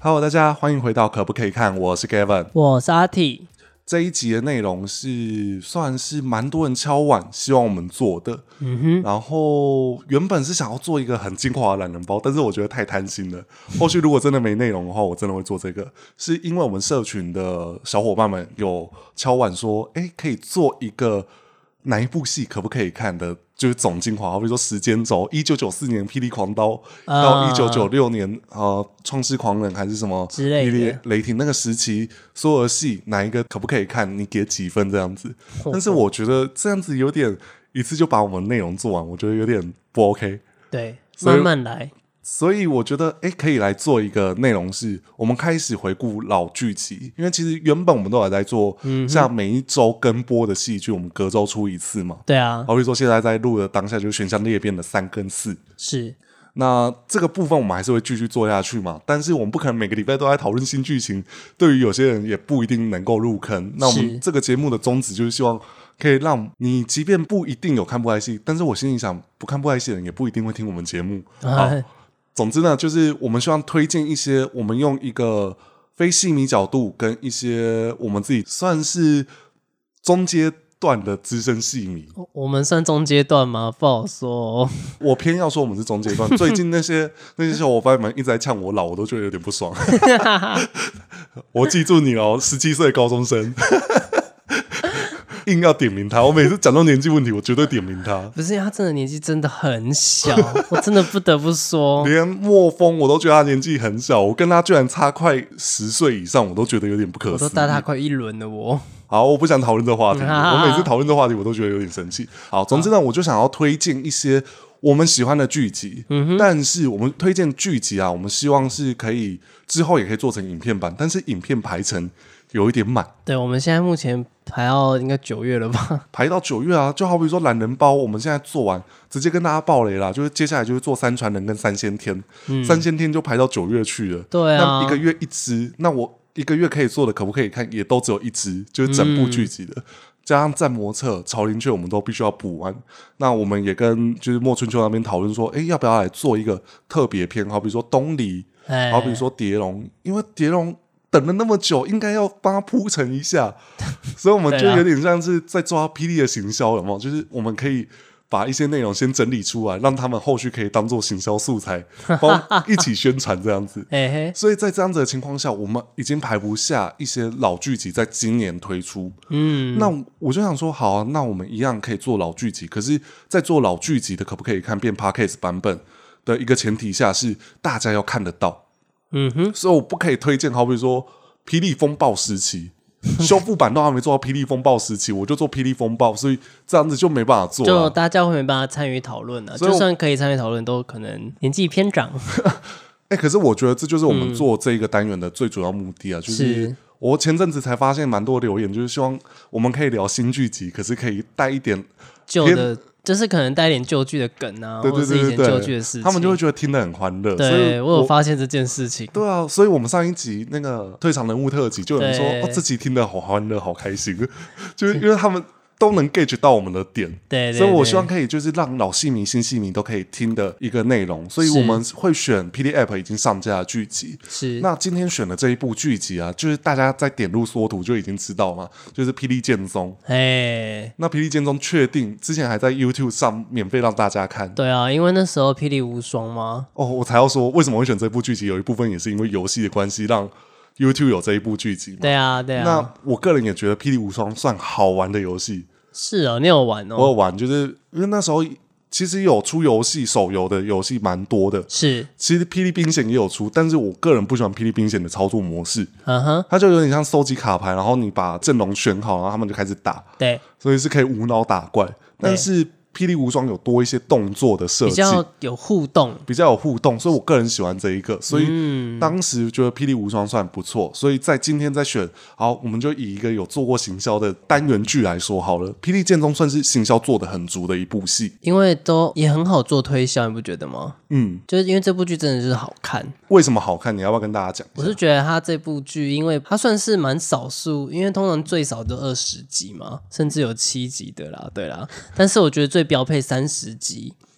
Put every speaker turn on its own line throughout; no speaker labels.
Hello， 大家欢迎回到可不可以看？我是 Gavin，
我是阿 T。
这一集的内容算是蛮多人敲碗希望我们做的，然后原本是想要做一个很精华的懒人包，但是我觉得太贪心了。后续如果真的没内容的话，我真的会做这个，是因为我们社群的小伙伴们有敲碗说，可以做一个哪一部戏可不可以看的，就是总精华，好比说时间轴，1994年霹雳狂刀到1996年创世狂人还是什么
之类的
雷霆那个时期所有的戏哪一个可不可以看，你给几分这样子。但是我觉得这样子有点一次就把我们内容做完，我觉得有点不 OK。
对，慢慢来。
所以我觉得可以来做一个内容，是我们开始回顾老剧集，因为其实原本我们都有在做像每一周跟播的戏剧，我们隔周出一次嘛。
对啊，
好比说现在在录的当下就是《悬香裂变》的3跟4，
是。
那这个部分我们还是会继续做下去嘛，但是我们不可能每个礼拜都在讨论新剧情，对于有些人也不一定能够入坑。那我们这个节目的宗旨就是希望可以让你即便不一定有看不爱戏，但是我心里想不看不爱戏的人也不一定会听我们节目。总之呢，就是我们希望推荐一些我们用一个非戏迷角度跟一些我们自己算是中阶段的资深戏迷。
我们算中阶段吗？不好说哦。
我偏要说我们是中阶段。最近那些小伙伴们一直在呛我老，我都觉得有点不爽。我记住你了，17岁高中生。硬要点名他，我每次讲到年纪问题，我绝对点名他。
不是，他真的年纪真的很小，我真的不得不说，
连莫风我都觉得他年纪很小，我跟他居然差快10岁以上，我都觉得有点不可思议。
我都大他快1轮了我。
好，我不想讨论这话题。我每次讨论这话题，我都觉得有点生气。好，总之呢，我就想要推荐一些我们喜欢的剧集，但是我们推荐剧集啊，我们希望是可以之后也可以做成影片版，但是影片排程有一点满。
对，我们现在目前排到应该9月了吧？
排到9月啊，就好比说懒人包，我们现在做完，直接跟大家爆雷啦，就是接下来就是做三传人跟三先天，三先天就排到9月去了。
对啊，
那1个月1支，那我1个月可以做的可不可以看，也都只有1支，就是整部剧集的。加上战魔策、朝林雀，我们都必须要补完。那我们也跟就是莫春秋那边讨论说，要不要来做一个特别篇？好比说东篱，好比说蝶龙，因为蝶龙等了那么久，应该要帮他铺陈一下，所以我们就有点像是在抓霹雳的行销，有没有？就是我们可以把一些内容先整理出来，让他们后续可以当做行销素材，帮一起宣传这样子。所以在这样子的情况下，我们已经排不下一些老剧集在今年推出。那我就想说，好啊，那我们一样可以做老剧集，可是在做老剧集的可不可以看变 Podcast 版本的一个前提下，是大家要看得到。所以我不可以推荐，好比说霹雳风暴时期修复版都还没做到霹雳风暴时期，我就做霹雳风暴，所以这样子就没办法做了，
就大家会没办法参与讨论了。就算可以参与讨论，都可能年纪偏长。
可是我觉得这就是我们做这一个单元的最主要目的啊，就是我前阵子才发现蛮多留言，就是希望我们可以聊新剧集，可是可以带一点
旧的，就是可能带一点旧剧的梗啊，或者是以前旧剧的事情，
他们就会觉得听得很欢乐。
对，
所以
我有发现这件事情。
对啊，所以我们上一集那个退场人物特辑，就有人说这集听得好欢乐，好开心，就是因为他们都能 get 到我们的点。
对，
所以我希望可以就是让老戏迷、新戏迷都可以听的一个内容，所以我们会选 PD App 已经上架的剧集。
是，
那今天选的这一部剧集啊，就是大家在点入缩图就已经知道嘛，就是霹雳剑宗。那霹雳剑宗确定之前还在 YouTube 上免费让大家看。
对啊，因为那时候霹雳无双嘛。
我才要说为什么会选这部剧集，有一部分也是因为游戏的关系让YouTube 有这一部剧集嘛。
对啊。
那我个人也觉得霹雳无双算好玩的游戏。
是哦，你有玩哦？
我有玩，就是因为那时候其实有出游戏，手游的游戏蛮多的。
是，
其实霹雳兵线也有出，但是我个人不喜欢霹雳兵线的操作模式。它就有点像收集卡牌，然后你把阵容选好，然后他们就开始打。
对，
所以是可以无脑打怪，但是霹雳无双有多一些动作的设计，
比较有互动，
所以我个人喜欢这一个，所以当时觉得霹雳无双算不错，所以在今天再选，好，我们就以一个有做过行销的单元剧来说好了。霹雳剑宗算是行销做的很足的一部戏，
因为都也很好做推销，你不觉得吗？就是因为这部剧真的就是好看。
为什么好看？你要不要跟大家讲一下？
我是觉得它这部剧，因为它算是蛮少数，因为通常最少都20集嘛，甚至有7集的啦，对啦。但是我觉得最标配30集，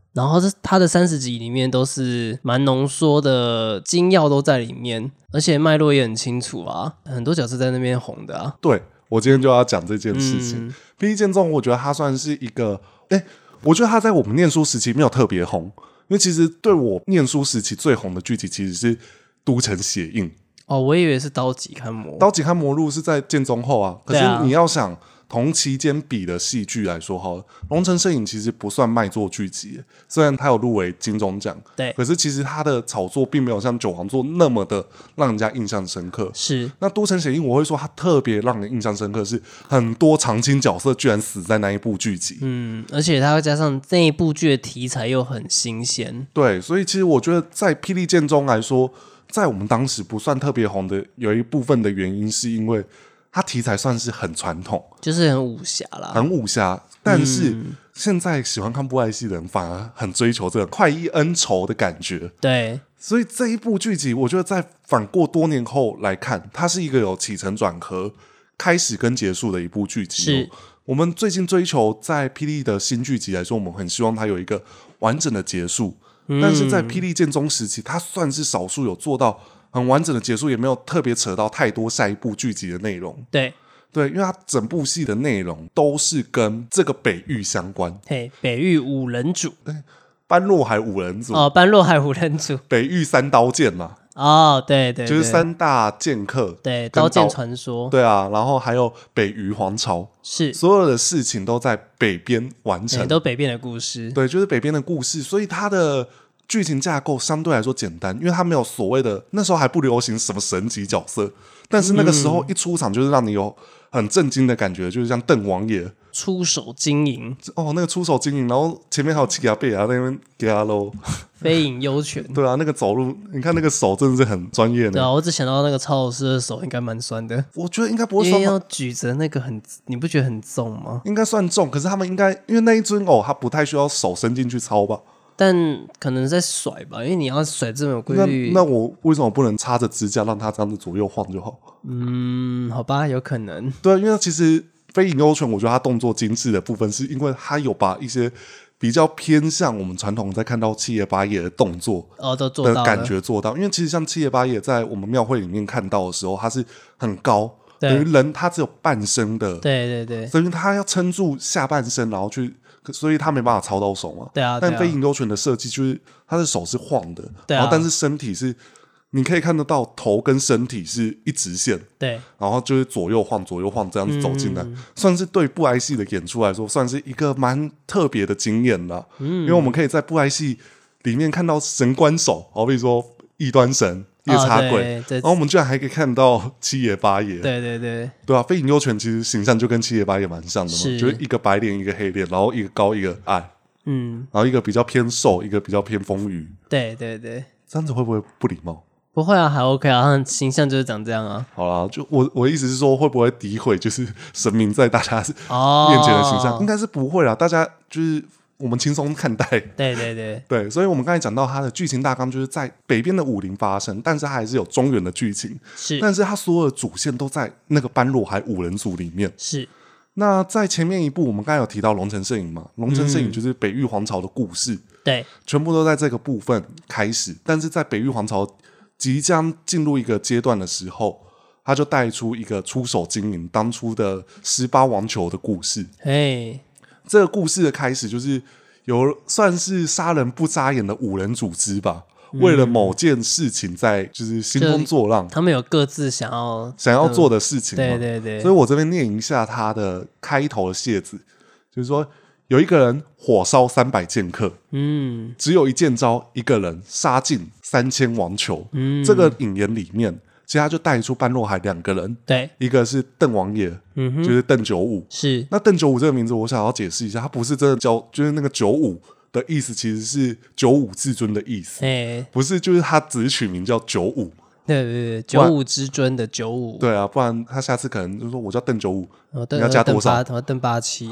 然后他的30集里面都是蛮浓缩的精要都在里面，而且脉络也很清楚啊，很多角色在那边红的啊。
对，我今天就要讲这件事情。霹雳剑宗我觉得它算是一个我觉得它在我们念书时期没有特别红，因为其实对我念书时期最红的剧集其实是都城血印。
哦，我以为是刀戟勘魔，
刀戟勘魔录是在剑宗后啊，可是你要想同期间比的戏剧来说好了，龙城摄影其实不算卖座剧集，虽然它有入围金钟奖，
对，
可是其实它的炒作并没有像九皇座那么的让人家印象深刻。
是，
那都城血印我会说它特别让人印象深刻，是很多常青角色居然死在那一部剧集。
而且它加上那一部剧的题材又很新鲜。
对，所以其实我觉得在霹雳剑宗来说，在我们当时不算特别红的，有一部分的原因是因为它题材算是很传统，
就是很武侠啦，
很武侠。但是现在喜欢看布袋戏的人反而很追求这个快意恩仇的感觉。
对，
所以这一部剧集，我觉得在反过多年后来看，它是一个有起承转合、开始跟结束的一部剧集。
是
我们最近追求在霹雳的新剧集来说，我们很希望它有一个完整的结束。但是在霹雳剑宗时期，它算是少数有做到很完整的结束，也没有特别扯到太多下一部剧集的内容。
对，
因为它整部戏的内容都是跟这个北域相关。
嘿，北域五人组，
般若海五人组
哦，般若海五人组，
北域三刀剑嘛，
哦，对对，
就是三大剑客，
对，刀剑传说，
对啊，然后还有北域皇朝，
是
所有的事情都在北边完成，
都北边的故事，
对，就是北边的故事，所以它的剧情架构相对来说简单，因为它没有所谓的，那时候还不流行什么神级角色，但是那个时候一出场就是让你有很震惊的感觉，就是像邓王爷
出手经营
哦，那个出手经营，然后前面还有七牙贝啊，那边给他喽，
飞影幽泉，
对啊，那个走路，你看那个手真的是很专业的。
对啊，我只想到那个超老师的手应该蛮酸的，
我觉得应该不会酸，
因为要举着那个很，你不觉得很重吗？
应该算重，可是他们应该因为那一尊偶，他不太需要手伸进去操吧。
但可能在甩吧，因为你要甩这么有规律。
那我为什么不能插着支架让它这样子左右晃就好？
好吧，有可能。
对，因为其实飞影幽泉，我觉得它动作精致的部分，是因为它有把一些比较偏向我们传统在看到七爷八爷的动作
都做到
的感觉做到。因为其实像七爷八爷在我们庙会里面看到的时候，他是很高，等于人他只有半身的，
对，
所以他要撑住下半身，然后去。所以他没办法操到手嘛，
对啊。
但飞影幽泉的设计就是他的手是晃的，然后但是身体是你可以看得到头跟身体是一直线，
对，
然后就是左右晃这样子走进来，算是对布袋戏的演出来说，算是一个蛮特别的经验啦。因为我们可以在布袋戏里面看到神官手，好比说异端神。夜叉鬼，然后我们居然还可以看到七爷八爷，对啊，飞影幽泉其实形象就跟七爷八爷蛮像的嘛，就是一个白脸一个黑脸，然后一个高一个矮，然后一个比较偏瘦，一个比较偏丰腴，
对，
这样子会不会不礼貌？
不会啊，还 OK 啊，他的形象就是长这样啊。
好啦，就我的意思是说，会不会诋毁就是神明在大家面前的形象？应该是不会啦，大家就是我们轻松看待。对，所以我们刚才讲到它的剧情大纲就是在北边的武林发生，但是它还是有中原的剧情，但是它所有的主线都在那个般若海五人组里面。
是。
那在前面一部，我们刚才有提到龙城摄影嘛？龙城摄影就是北域皇朝的故事，
对，
全部都在这个部分开始。但是在北域皇朝即将进入一个阶段的时候，他就带出一个出手经营当初的18王球的故事。这个故事的开始就是有算是杀人不眨眼的五人组织吧，为了某件事情在就是兴风作浪，
他们有各自想要
做的事情嘛。
对，
所以我这边念一下他的开头的谢字，就是说有一个人火烧300剑客，只有一剑招，一个人杀尽3000王球。这个引言里面其实他就带出般若海2个人，
对，
一个是邓王爷，就是邓九五。
是，
那邓九五这个名字我想要解释一下，他不是真的叫，就是那个九五的意思其实是九五至尊的意思，不是，就是他只是取名叫九五。
对，九五之尊的九五。
对啊，不然他下次可能就说我叫邓九五，你要加多少？
邓87，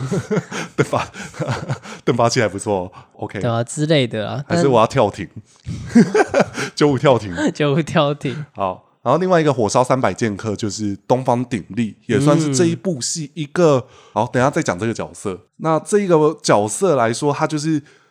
邓87还不错 ，OK，
对啊之类的啊。
还是我要跳停，九五跳停，
九五跳停。
好。然后另外一个火烧300剑客就是东方鼎立，也算是这一部戏一个好，等一下再讲这个角色。那这一个角色来说，他就是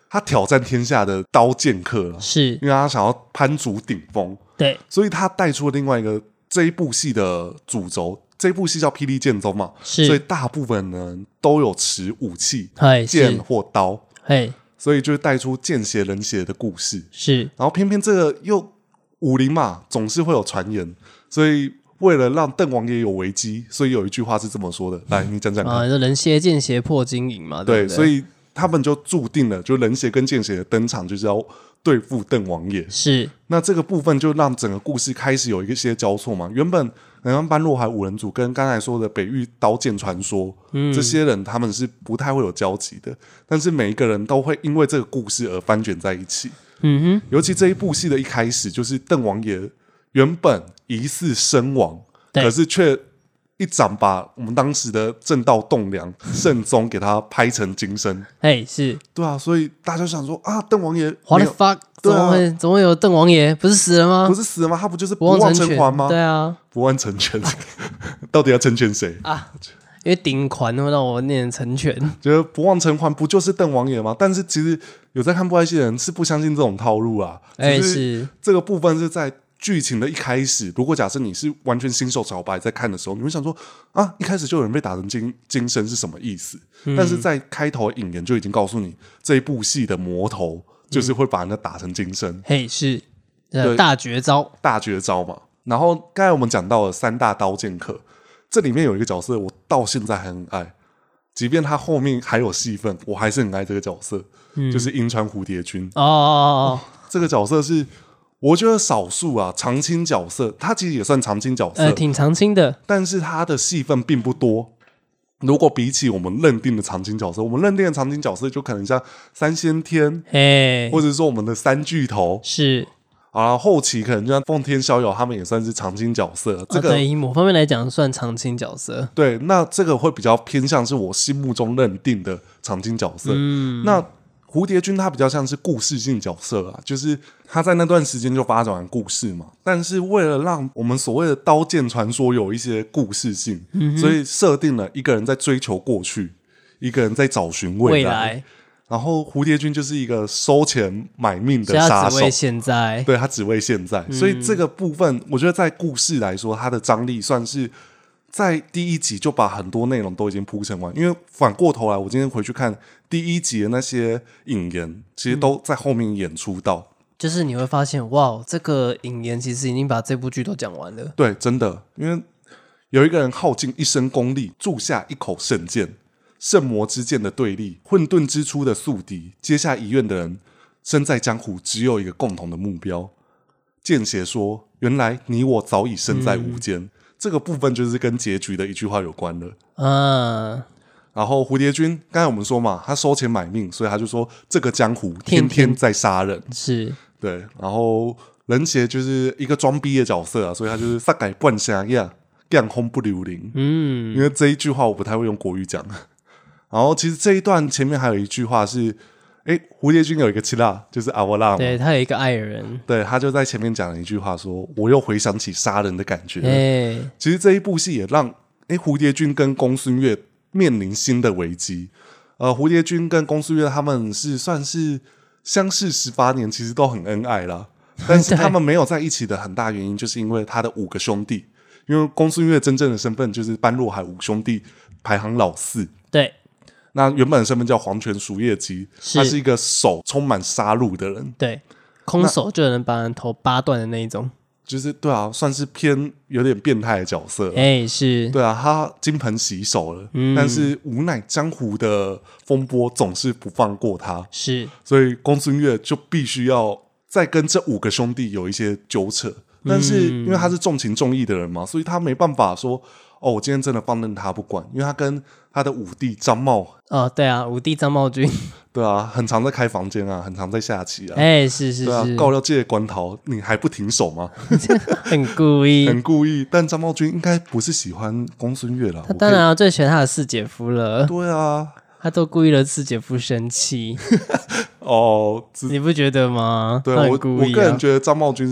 他挑战天下的刀剑客啊，
是，
因为他想要攀逐顶峰，
对，
所以他带出了另外一个这一部戏的主轴。这一部戏叫《霹雳剑宗》嘛，所以
是，
大部分人都有持武器，
嘿，
剑
是，
或刀，
嘿，
所以就带出见血人血的故事。
是，
然后偏偏这个又武林嘛，总是会有传言，所以为了让邓王爷有危机，所以有一句话是这么说的，来你讲讲看。
啊，就人邪见邪破金营嘛，
对，
不对？
所以他们就注定了，就人邪跟见血的登场就是要对付邓王爷。
是，
那这个部分就让整个故事开始有一些交错嘛。原本班洛海五人组跟刚才说的北域刀剑传说，这些人他们是不太会有交集的，但是每一个人都会因为这个故事而翻卷在一起。
嗯哼，
尤其这一部戏的一开始，就是邓王爷原本疑似身亡，
对
可是却一掌把我们当时的正道栋梁圣宗给他拍成金身。
嘿，是
对啊，所以大家就想说啊，邓王爷
，What
没
the
有
fuck？
对啊
怎么会有邓王爷？不是死了吗？
不是死了吗？他不就是
不忘
忘
成全，
成还吗？
对啊，
不忘成全，到底要成全谁？
因为顶款会让我念成全，
觉得不忘成还不就是邓王爷吗？但是其实有在看布袋戏的人是不相信这种套路啊。
哎，
只
是，
这个部分是在剧情的一开始。如果假设你是完全新手小白在看的时候，你会想说啊，一开始就有人被打成金身是什么意思？但是在开头引言就已经告诉你，这一部戏的魔头就是会把人家打成金身，
嘿，是，
对
大绝招，
大绝招嘛。然后刚才我们讲到了三大刀剑客，这里面有一个角色我到现在还很爱，即便他后面还有戏份，我还是很爱这个角色，就是樱川蝴蝶君。
哦，
这个角色是我觉得少数啊常青角色，他其实也算常青角色，
挺常青的，
但是他的戏份并不多。如果比起我们认定的常青角色，我们认定的常青角色就可能像三先天，
嘿，
或者说我们的三巨头
是，
啊，后期可能就像奉天逍遥，他们也算是常青角色。这个、
对，以某方面来讲算常青角色，
对，那这个会比较偏向是我心目中认定的常青角色。那蝴蝶君他比较像是故事性角色啊，就是他在那段时间就发展完故事嘛，但是为了让我们所谓的刀剑传说有一些故事性，所以设定了一个人在追求过去，一个人在找寻未来。然后蝴蝶君就是一个收钱买命的杀手，
他只为现在，
对，他只为现在，所以这个部分我觉得在故事来说，它的张力算是在第一集就把很多内容都已经铺陈完。因为反过头来，我今天回去看第一集的那些引言，其实都在后面演出到。
就是你会发现，哇，这个引言其实已经把这部剧都讲完了。
对，真的，因为有一个人耗尽一生功力，铸下一口圣剑，圣魔之剑的对立，混沌之初的宿敌，接下遗愿的人，身在江湖只有一个共同的目标。剑邪说：“原来你我早已身在无间。这个部分就是跟结局的一句话有关了。然后蝴蝶君，刚才我们说嘛，他收钱买命，所以他就说这个江湖天天在杀人，
是
对。然后人邪就是一个装逼的角色啊，所以他就是撒改半瞎样，干轰不留灵。因为这一句话我不太会用国语讲。然后其实这一段前面还有一句话是，蝴蝶君有一个七辣，就是阿沃拉嘛，
对他有一个爱人，
对，他就在前面讲了一句话说，我又回想起杀人的感觉。其实这一部戏也让蝴蝶君跟公孙越面临新的危机。蝴蝶君跟公孙越他们是算是相识18年，其实都很恩爱啦。但是他们没有在一起的很大原因，就是因为他的5个兄弟。因为公孙越真正的身份就是班若海5兄弟排行老4。
对，
那原本的身份叫黄泉鼠叶姬，他是一个手充满杀戮的人。
对，空手就能把人头扒断的那一种。
就是对啊，算是偏有点变态的角色。
是，
对啊，他金盆洗手了，但是无奈江湖的风波总是不放过他，
是，
所以公孙越就必须要再跟这5个兄弟有一些纠扯。但是因为他是重情重义的人嘛，所以他没办法说我今天真的放任他不管，因为他跟他的5弟张茂，
对啊，5弟张茂君，
对啊，很常在开房间啊，很常在下棋啊，
是，
对啊，告要借关桃，你还不停手吗？
很故意，
很故意。但张茂君应该不是喜欢公孙越啦，
他当然最喜欢他的四姐夫了。
对啊，
他都故意惹四姐夫生气。你不觉得吗？
对，我个人觉得张茂君是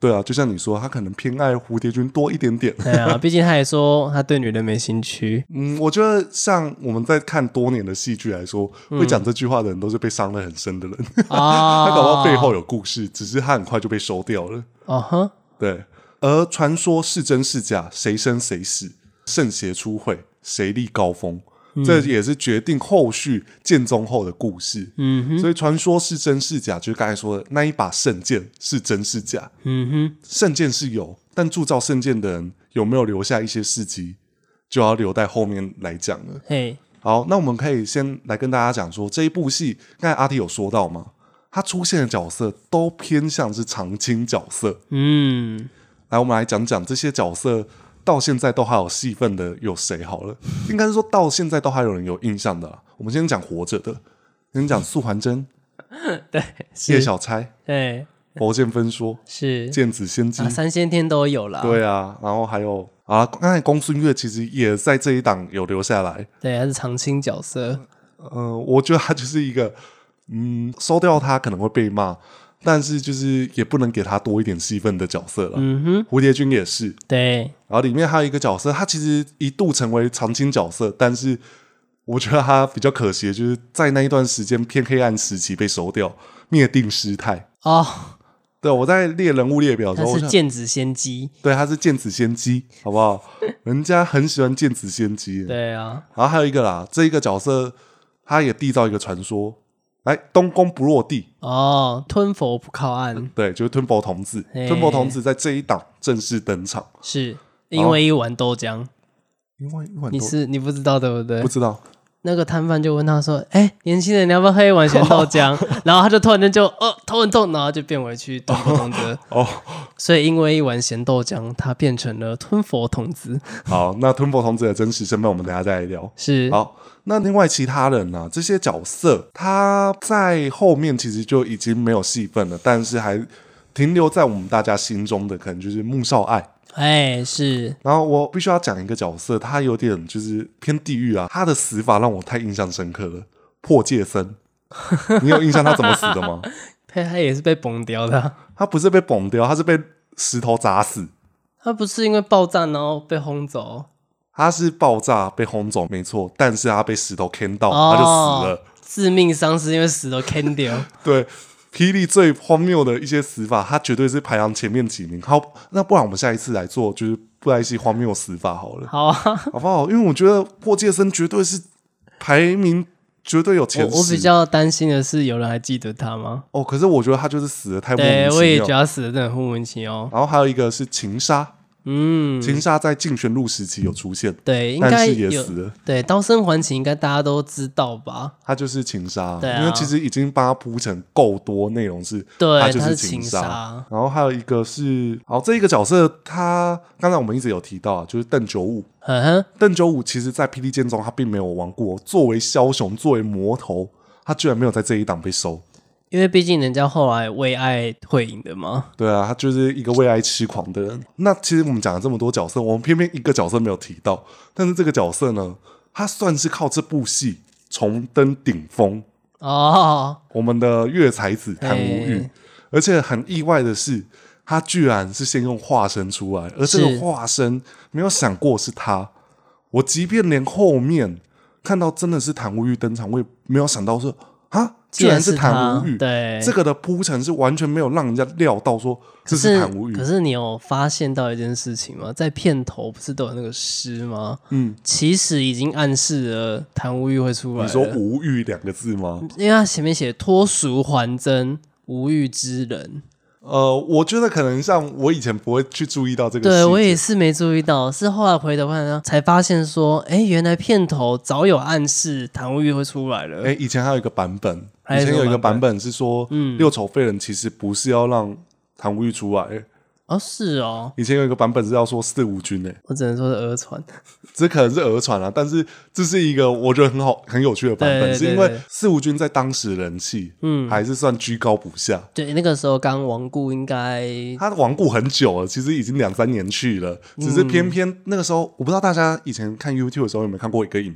对啊，就像你说，他可能偏爱蝴蝶君多一点点。
对啊，毕竟他也说他对女人没兴趣。
我觉得像我们在看多年的戏剧来说，会讲这句话的人都是被伤得很深的人。
啊，
他搞到背后有故事，只是他很快就被收掉了。
哦哼，
对，而传说是真是假，谁生谁死，圣邪初会，谁立高峰。这也是决定后续建宗后的故事。所以传说是真是假，就是刚才说的那一把圣剑是真是假。圣剑是有，但铸造圣剑的人有没有留下一些事迹，就要留在后面来讲了。
嘿，
好，那我们可以先来跟大家讲说，这一部戏刚才阿弟有说到嘛，他出现的角色都偏向是常青角色。来，我们来讲讲这些角色到现在都还有戏份的有谁好了？应该是说到现在都还有人有印象的啦。我们先讲活着的，先讲素还真、
对，
叶小钗、
对，
佛剑分说、
是
剑子仙姬、
三先天都有啦。
对啊，然后还有啊，刚才公孙越其实也在这一档有留下来。
对，他是常青角色。
我觉得他就是一个，收掉他可能会被骂，但是就是也不能给他多一点戏份的角色了。蝴蝶君也是，
对，
然后里面还有一个角色，他其实一度成为常青角色，但是我觉得他比较可惜的就是在那一段时间偏黑暗时期被收掉，灭定师太。
哦，
对，我在列人物列表的时候，
他是剑子仙姬。
对，他是剑子仙姬，好不好？人家很喜欢剑子仙姬。
对啊，
然后还有一个啦，这一个角色他也缔造一个传说，来东宫不落地
哦，吞佛不靠岸，
对，就是吞佛童子。
嘿
吞佛童子在这一档正式登场，
是因为一碗豆浆。
因为一碗
你不知道对不对？
不知道。
那个摊贩就问他说：“年轻人，你要不要喝一碗咸豆浆？”然后他就突然间就头很痛，然后就变回去吞佛童子。所以因为一碗咸豆浆，他变成了吞佛童子。
好，那吞佛童子的真实身份，我们等一下再来聊。
是
好，那另外其他人啊，这些角色他在后面其实就已经没有戏份了，但是还停留在我们大家心中的，可能就是穆少爱。
是。
然后我必须要讲一个角色，他有点就是偏地狱啊，他的死法让我太印象深刻了。破戒僧，你有印象他怎么死的吗？
他也是被崩掉的啊。
他不是被崩掉，他是被石头砸死。
他不是因为爆炸然后被轰走？
他是爆炸被轰走，没错，但是他被石头 K 到，他就死了。
致命伤是因为石头 K 掉。
对。霹雳最荒谬的一些死法，他绝对是排行前面几名。好，那不然我们下一次来做就是布袋戏荒谬死法好了。
好啊，
好不好？因为我觉得破戒僧绝对是排名绝对有前十。
我比较担心的是，有人还记得他吗？
可是我觉得他就是死的太莫名其妙。
对，我也觉得他死的真的很莫名其妙。
然后还有一个是情杀。情杀在竞选录时期有出现，
对，应该
但是也死了。对，
刀声还情应该大家都知道吧？
他就是情杀，
对啊，
因为其实已经帮他铺成够多内容是，
对，
他就是
情
杀。然后还有一个是，这一个角色他刚才我们一直有提到啊，就是邓九五。邓九五其实在霹雳剑中他并没有亡过，作为枭雄，作为魔头，他居然没有在这一档被收。
因为毕竟人家后来为爱退隐的嘛。
对啊，他就是一个为爱痴狂的人。那其实我们讲了这么多角色，我们偏偏一个角色没有提到，但是这个角色呢，他算是靠这部戏重登顶峰。我们的月才子谭无欲，而且很意外的是，他居然是先用化身出来，而这个化身没有想过是他。我即便连后面看到真的是谭无欲登场，我也没有想到说居然是谭无欲。
对，
这个的铺陈是完全没有让人家料到说这是谭无欲。
可是你有发现到一件事情吗？在片头不是都有那个诗吗？其实已经暗示了谭无欲会出来了。
你说无欲2个字吗？
因为他前面写脱俗还真，无欲之人。
我觉得可能像我以前不会去注意到这个细节，
对，我也是没注意到，是后来回头看才发现说，原来片头早有暗示谭无欲会出来了。
以前还有一个版本，以前有一个版本是说，六丑废人其实不是要让谭无欲出来。
是哦，
以前有一个版本是要说四无君
我只能说是讹传，
这可能是讹传啊，但是这是一个我觉得很有趣的版本，是因为四无君在当时人气还是算居高不下。
对，那个时候刚亡故，应该
他亡故很久了，其实已经2-3年去了，只是偏偏那个时候，我不知道大家以前看 YouTube 的时候有没有看过一个影片，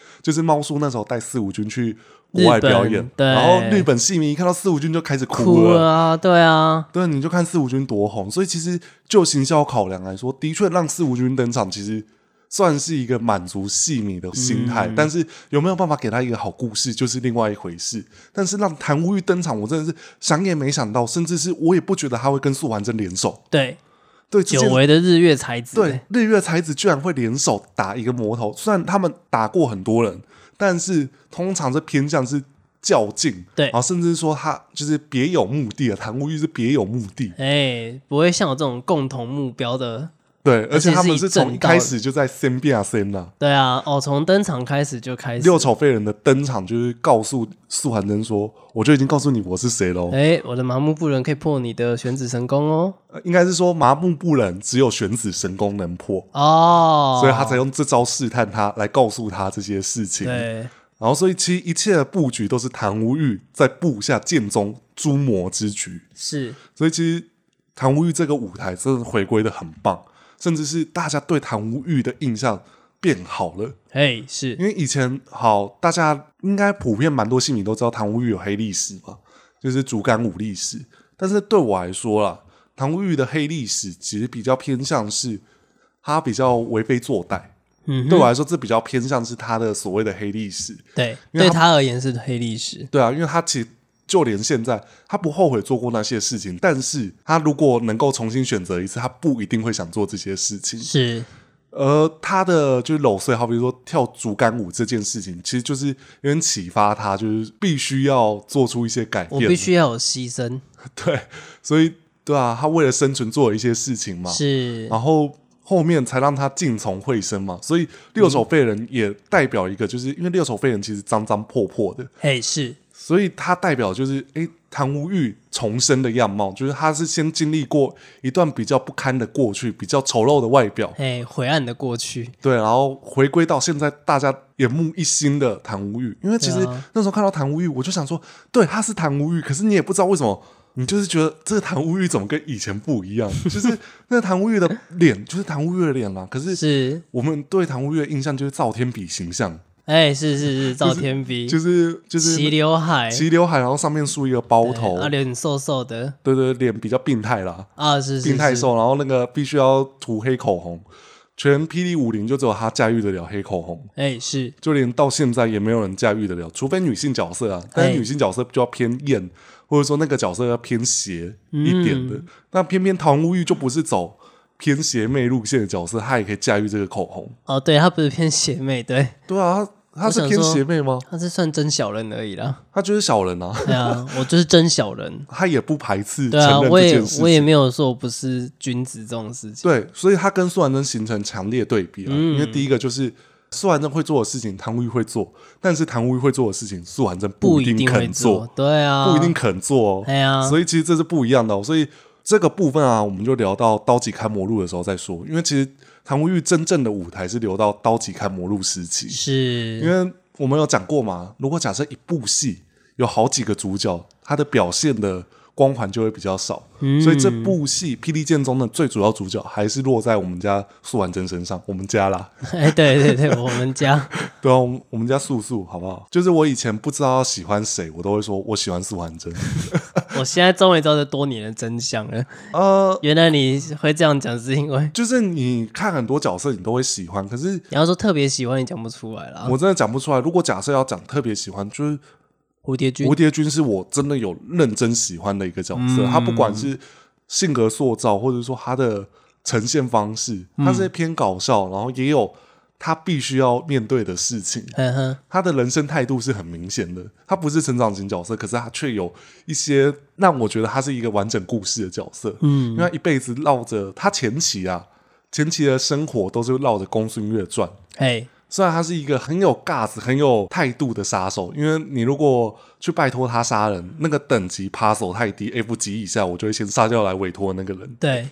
就是猫叔那时候带四五军去国外表演，
对，
然后日本戏迷一看到四五军就开始
哭了啊，对啊，
对，你就看四五军多红，所以其实就行销考量来说，的确让四五军登场，其实算是一个满足戏迷的心态，但是有没有办法给他一个好故事，就是另外一回事。但是让谭无欲登场，我真的是想也没想到，甚至是我也不觉得他会跟素还真联手。
对，
对，
久违的日月才子，
对，日月才子居然会联手打一个魔头，虽然他们打过很多人，但是通常是偏向是较劲，
对，
然后甚至说他就是别有目的啊，谭无欲是别有目的，
不会像有这种共同目标的。
对，而且他们是从一开始就在先变先啦。
对啊，从登场开始就开始。
六丑废人的登场就是告诉素还真说，我就已经告诉你我是谁喽。
我的麻木不仁可以破你的玄子神功哦。
应该是说麻木不仁只有玄子神功能破
哦，
所以他才用这招试探他，来告诉他这些事情。
对，
然后所以其实一切的布局都是谭无欲在布下剑中诛魔之局。
是，
所以其实谭无欲这个舞台真的回归的很棒。甚至是大家对谭无欲的印象变好了，
是
因为以前好，大家应该普遍蛮多戏迷都知道谭无欲有黑历史嘛，就是竹竿舞历史。但是对我来说啦，谭无欲的黑历史其实比较偏向是他比较为非作歹。对我来说，这比较偏向是他的所谓的黑历史。
对，对他而言是黑历史。
对啊，因为他其实就连现在他不后悔做过那些事情，但是他如果能够重新选择一次，他不一定会想做这些事情。
是，
他的就是揉碎，好比说跳竹竿舞这件事情，其实就是有点启发他，就是必须要做出一些改变，
我必须要有牺牲。
对，所以对啊，他为了生存做了一些事情嘛，
是，
然后后面才让他尽从会生嘛。所以六丑废人也代表一个，就是因为六丑废人其实脏脏破破的，
是。
所以他代表就是谭无欲重生的样貌，就是他是先经历过一段比较不堪的过去，比较丑陋的外表，
灰暗的过去，
对，然后回归到现在大家眼目一新的谭无欲。因为其实那时候看到谭无欲，我就想说，对，他是谭无欲，可是你也不知道为什么，你就是觉得这个谭无欲怎么跟以前不一样，就是那个谭无欲的脸就是谭无欲的脸啦，可是我们对谭无欲的印象就是赵天比形象。
是赵天比，
就是
齐刘海，
然后上面梳一个包头，
脸瘦瘦的，
对，脸比较病态啦，
是
病态瘦，然后那个必须要涂黑口红，全霹雳武林就只有他驾驭得了黑口红，
是，
就连到现在也没有人驾驭得了，除非女性角色啊，但是女性角色就要偏艳，或者说那个角色要偏邪一点的，那偏偏谭无欲就不是走偏邪魅路线的角色，他也可以驾驭这个口红。
对，他不是偏邪魅，对
啊，他是偏邪魅吗？
他是算真小人而已啦。
他就是小人啊。
对啊，我就是真小人。
他也不排斥
承
认这件事情。
我也没有说我不是君子这种事情。
对，所以他跟素还真形成强烈对比啊。因为第一个就是素还真会做的事情，谭无欲会做，但是谭无欲会做的事情，素还真不一定肯做。
对啊，
不一定肯做哦。所以其实这是不一样的哦。所以这个部分啊，我们就聊到刀戟勘魔录的时候再说。因为其实谭无欲真正的舞台是留到刀戟勘魔录时期，
是
因为我们有讲过嘛，如果假设一部戏有好几个主角，他的表现的光环就会比较少，所以这部戏《霹雳剑》中的最主要主角还是落在我们家素还真身上，我们家啦。
对，我们家
对啊，我们家素好不好？就是我以前不知道喜欢谁，我都会说我喜欢素还真。
我现在终于知道这多年的真相了。原来你会这样讲，是因为
就是你看很多角色，你都会喜欢，可是你
要说特别喜欢，你讲不出来啦。
我真的讲不出来。如果假设要讲特别喜欢，就是
蝴蝶君
是我真的有认真喜欢的一个角色。他不管是性格塑造，或者说他的呈现方式，他是偏搞笑，然后也有他必须要面对的事情。他的人生态度是很明显的，他不是成长型角色，可是他却有一些让我觉得他是一个完整故事的角色。因为他一辈子绕着他前期的生活都是绕着公孙越转。虽然他是一个很有 guts 很有态度的杀手，因为你如果去拜托他杀人，那个等级扒手太低 F 级以下，我就会先杀掉来委托那个人。
对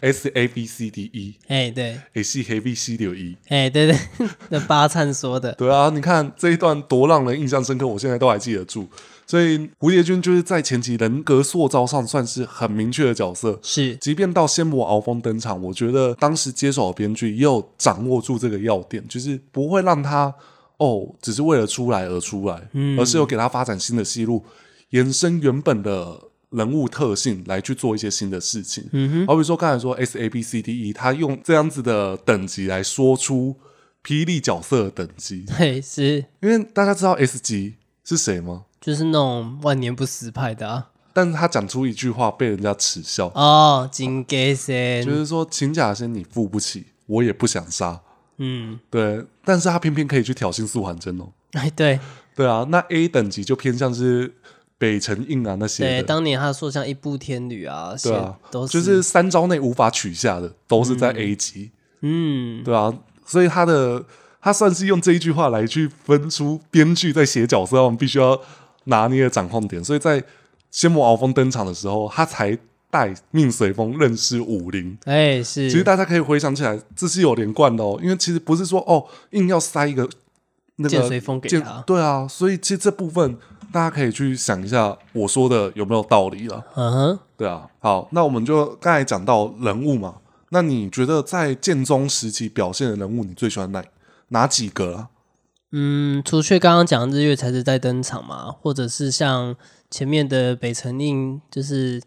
SABCDE
对
AC Heavy C 流 E
对，那八灿说的。
对啊，你看这一段多让人印象深刻，我现在都还记得住。所以蝴蝶君就是在前期人格塑造上算是很明确的角色，
是
即便到仙魔鳌峰登场，我觉得当时接手的编剧也有掌握住这个要点，就是不会让他只是为了出来而出来，而是有给他发展新的戏路，延伸原本的人物特性来去做一些新的事情。好比说刚才说 SABCDE， 他用这样子的等级来说出霹雳角色的等级。
对，是
因为大家知道 S 级是谁吗？
就是那种万年不死派的啊。
但是他讲出一句话被人家耻笑，
金给仙，
就是说秦假仙你付不起，我也不想杀。对，但是他偏偏可以去挑衅素还真哦。
对
啊，那 A 等级就偏向是北辰印啊那些的。
对，当年他说像一步天女啊，
对啊，
都是
就是3招内无法取下的，都是在 A 级。对啊，所以他算是用这一句话来去分出编剧在写角色，他们必须要拿捏的掌控点。所以在仙魔鳌峰登场的时候，他才带命随风认识武林。
是。
其实大家可以回想起来，这是有连贯的哦，因为其实不是说硬要塞一个那个
剑随风给他。
对啊，所以其实这部分大家可以去想一下我说的有没有道理了。对啊。好，那我们就刚才讲到人物嘛，那你觉得在剑宗时期表现的人物，你最喜欢哪几个啊？
除却刚刚讲的日月才是在登场嘛，或者是像前面的北辰印，就是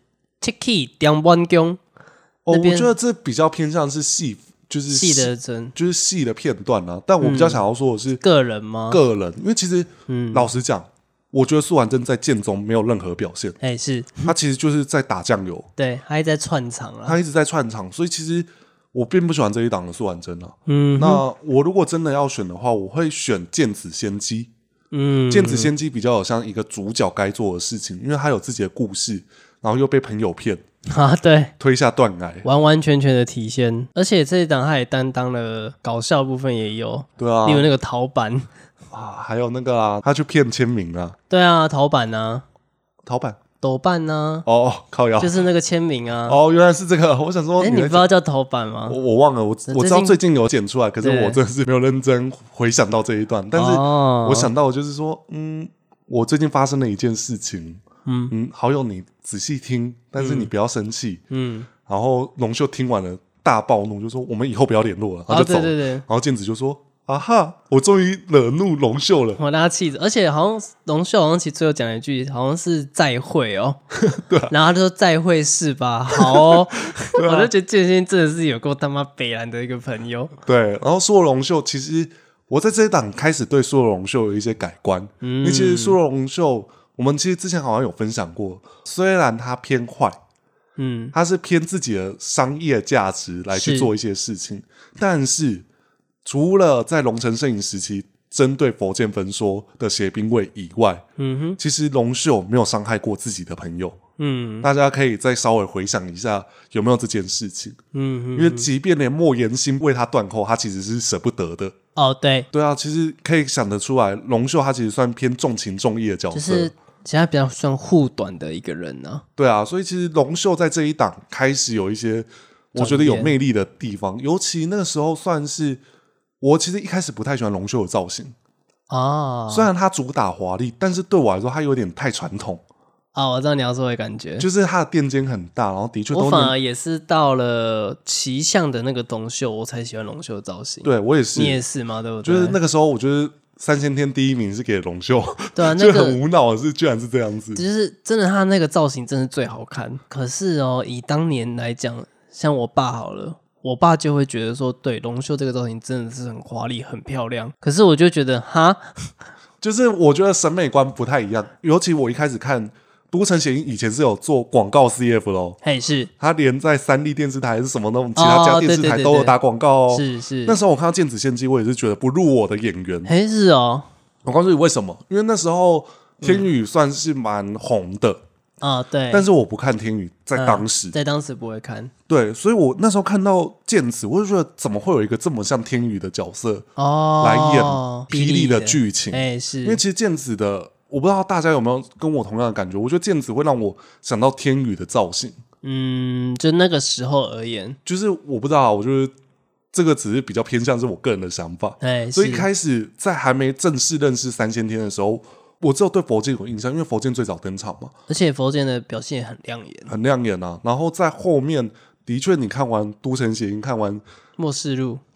Tiki 梁万公。
我觉得这比较偏向是戏，就是
戏的真，
就是戏的片段啊。但我比较想要说的是
个人吗？
个人，因为其实老实讲，我觉得素还真在剑中没有任何表现。
是
他其实就是在打酱油，
对，他一直在串场啊，
他一直在串场，所以其实我并不喜欢这一档的素还真啊。那我如果真的要选的话，我会选剑子仙姬。剑子仙姬比较有像一个主角该做的事情，因为他有自己的故事，然后又被朋友骗
对，
推下断崖，
完完全全的体现。而且这一档他也担当了搞笑部分也有，
对啊，
例如那个陶板
还有那个啊，他去骗签名啊，
对啊，陶板啊，斗板啊，
靠腰，
就是那个签名啊。
原来是这个。我想说，
你不知道叫陶板吗？
我忘了，我知道最近有剪出来，可是我真的是没有认真回想到这一段。但是我想到的就是说，我最近发生了一件事情，好友你仔细听，但是你不要生气，然后龙秀听完了大暴怒，就说我们以后不要联络了，然后就走了。
对，
然后剑子就说。我终于惹怒龙秀了，
我让他气着，而且好像龙秀好像其实最后讲了一句，好像是再会哦，对然后他就说再会是吧？好哦，我就觉得剑心真的是有够他妈北蓝的一个朋友。
对，然后苏龙秀其实我在这一档开始对苏龙秀有一些改观，因为其实苏龙秀我们其实之前好像有分享过，虽然他偏坏，他是偏自己的商业价值来去做一些事情，但是除了在龙城摄影时期针对佛剑分说的邪兵卫以外，其实龙秀没有伤害过自己的朋友。大家可以再稍微回想一下有没有这件事情。因为即便连莫言心为他断后，他其实是舍不得的。
对
啊，其实可以想得出来，龙秀他其实算偏重情重义的角色，
就是其实他比较算护短的一个人啊。
对啊，所以其实龙秀在这一档开始有一些我觉得有魅力的地方，尤其那个时候算是。我其实一开始不太喜欢龙秀的造型虽然他主打华丽，但是对我来说他有点太传统
我知道你要说的感觉，
就是他的垫肩很大，然后的确
我反而也是到了奇象的那个龙秀，我才喜欢龙秀的造型。
对我也是，
你也是吗？对不对？
就是那个时候，我觉得三先天第一名是给龙秀，
对啊，
就很无脑的居然是这样子，
就是真的，他那个造型真是最好看。可是以当年来讲，像我爸好了。我爸就会觉得说，对龙秀这个造型真的是很华丽、很漂亮。可是我就觉得，
就是我觉得审美观不太一样。尤其我一开始看都城协英以前是有做广告 CF 咯，
是
他连在三立电视台还是什么那种其他家电视台都有打广告
是。
那时候我看到剑子仙姬，我也是觉得不入我的眼缘。
是哦，
我告诉你为什么？因为那时候天宇算是蛮红的。
对，
但是我不看天宇，在当时，
在当时不会看，
对，所以我那时候看到剑子，我就觉得怎么会有一个这么像天宇的角色来演霹雳的剧情？
是
因为其实剑子的，我不知道大家有没有跟我同样的感觉，我觉得剑子会让我想到天宇的造型，
就那个时候而言，
就是我不知道，我觉得这个只是比较偏向是我个人的想法，所以一开始在还没正式认识三先天的时候。我只有对佛剑有印象，因为佛剑最早登场嘛，
而且佛剑的表现也很亮眼，
啊。然后在后面，的确你看完《都城协英》，看完《
末世录》，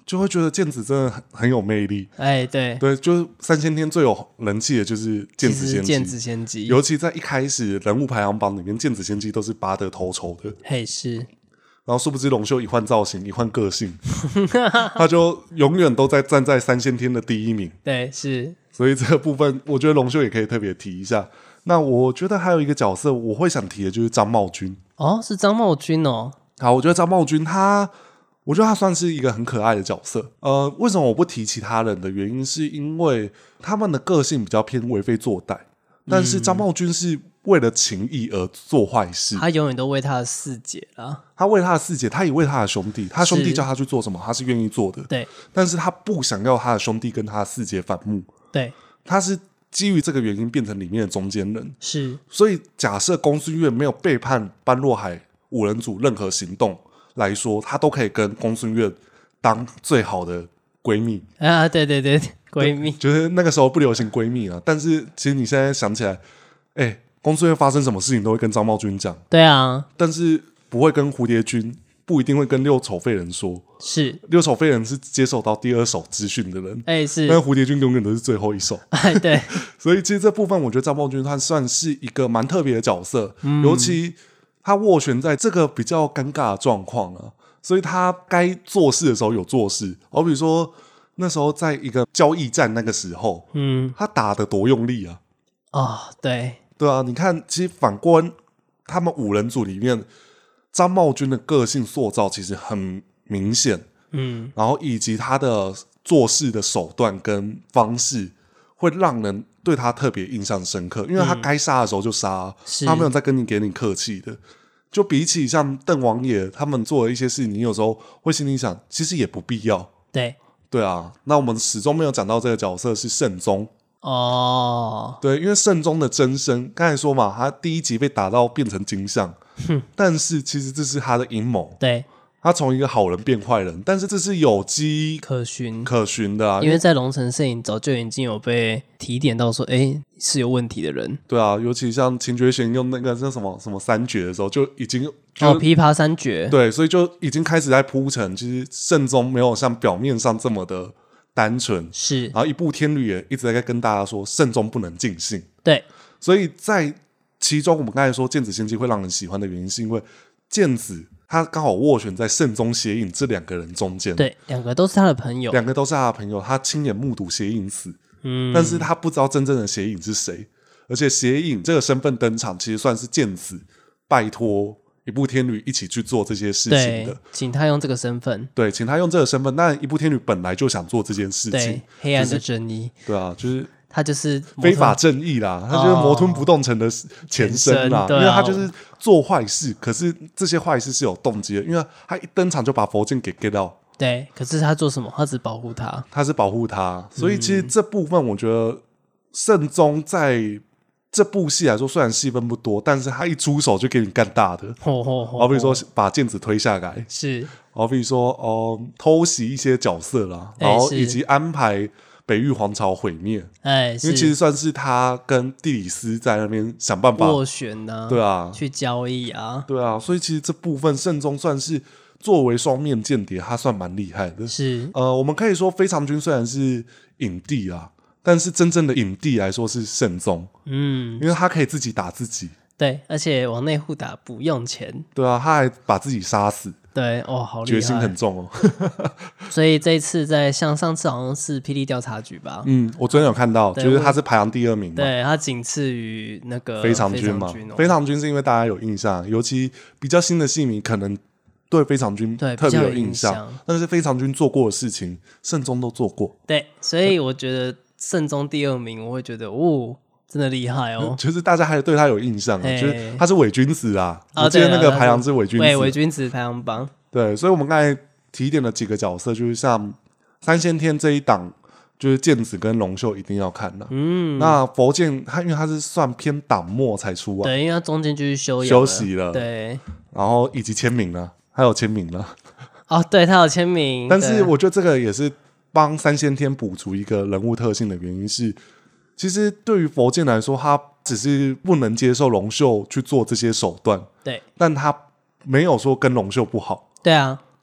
就会觉得剑子真的很有魅力。
对，
就是三仙天最有人气的就是剑子仙姬，
剑子仙姬，
尤其在一开始人物排行榜里面，剑子仙姬都是拔得头筹的。
是。
然后殊不知龙秀一换造型一换个性他就永远都在站在三仙天的第一名。
对，是。
所以这个部分我觉得龙秀也可以特别提一下。那我觉得还有一个角色我会想提的就是张茂君。
是张茂君哦。
好，我觉得张茂君我觉得他算是一个很可爱的角色。为什么我不提其他人的原因是因为他们的个性比较偏为非作歹，但是张茂君是为了情义而做坏事。
他永远都为他的四姐啦，
他为他的四姐，他也为他的兄弟，他兄弟叫他去做什么他是愿意做的。
对，
但是他不想要他的兄弟跟他的四姐反目。
对，
他是基于这个原因变成里面的中间人。
是。
所以假设公孙越没有背叛般若海五人组任何行动来说，他都可以跟公孙越当最好的闺蜜
啊。对，闺蜜，
就是那个时候不流行闺蜜啊，但是其实你现在想起来，公孙越发生什么事情都会跟张茂君讲。
对啊，
但是不会跟蝴蝶君，不一定会跟六丑废人说。
是，
六丑废人是接受到第二手资讯的人。
是。
但蝴蝶君永远都是最后一手。
对。
所以其实这部分我觉得张茂君他算是一个蛮特别的角色。尤其他斡旋在这个比较尴尬的状况啊，所以他该做事的时候有做事。好比说那时候在一个交易战那个时候，他打得多用力啊。对啊，你看其实反观他们五人组里面，张茂君的个性塑造其实很明显。然后以及他的做事的手段跟方式会让人对他特别印象深刻，因为他该杀的时候就杀，他没有再给你客气的。就比起像邓王爷他们做的一些事情，你有时候会心里想其实也不必要。对啊，那我们始终没有讲到这个角色是圣宗。对，因为圣宗的真身刚才说嘛，他第一集被打到变成金像，但是其实这是他的阴谋。
对，
他从一个好人变坏人，但是这是有迹可循的啊。
因为在龙城摄影早就已经有被提点到说是有问题的人。
对啊，尤其像秦觉玄用那个什么三绝的时候就已经
琵琶三绝。对，
所以就已经开始在铺陈，其实圣宗没有像表面上这么的单纯。是，然后一部天吕也一直在跟大家说圣宗不能尽信。对，所以在其中我们刚才说剑子仙姬会让人喜欢的原因是因为剑子他刚好斡旋在圣宗邪影这两个人中间。对，
两个都是他的朋友，
他亲眼目睹邪影死。但是他不知道真正的邪影是谁，而且邪影这个身份登场其实算是剑子拜托一部天女一起去做这些事情的，
请他用这个身份。
对，请他用这个身份。那一部天女本来就想做这件事情，
对，黑暗的正义。
对啊，就是
他就是
非法正义啦，他就是魔吞不动城的前身啦。因为他就是做坏事，可是这些坏事是有动机的，因为他一登场就把佛剑给 get 到。
对，可是他做什么？他只保护他，
所以其实这部分我觉得圣宗在这部戏来说虽然戏份不多，但是他一出手就给你干大的。好比说把剑子推下来，是好比说偷袭一些角色啦，然后以及安排北域皇朝毁灭。因为其实算是他跟蒂里斯在那边想办法
斡旋啊，
对啊，
去交易啊，
对啊，所以其实这部分圣宗算是作为双面间谍，他算蛮厉害的。是我们可以说飞长君虽然是影帝啊，但是真正的影帝来说是圣宗。因为他可以自己打自己。
对，而且往内互打不用钱。
对啊，他还把自己杀死。
对，好厉害，
决心很重哦。
所以这一次像上次好像是霹雳调查局吧？
我昨天有看到，就是他是排行第2名嘛。
对，他仅次于那个
非常君嘛。非常君是因为大家有印象，尤其比较新的戏迷可能对非常君特别有印象，但是非常君做过的事情，圣宗都做过。
对，所以我觉得圣宗第2名，我会觉得真的厉害哦。
就是大家还对他有印象，就是他是伪君子啊。我记得那个排行是伪君子，
伪君子排行榜。
对，所以我们刚才提点了几个角色，就是像三仙天这一档，就是剑子跟龙秀一定要看的。那佛剑因为他是算偏档末才出啊，
对，因为他中间就是
休息了，
对，
然后以及签名了，还有签名了。
对，他有签名。
但是我觉得这个也是帮三仙天补足一个人物特性的原因是，其实对于佛剑来说，他只是不能接受龙秀去做这些手段，对，但他没有说跟龙秀不好。
对啊，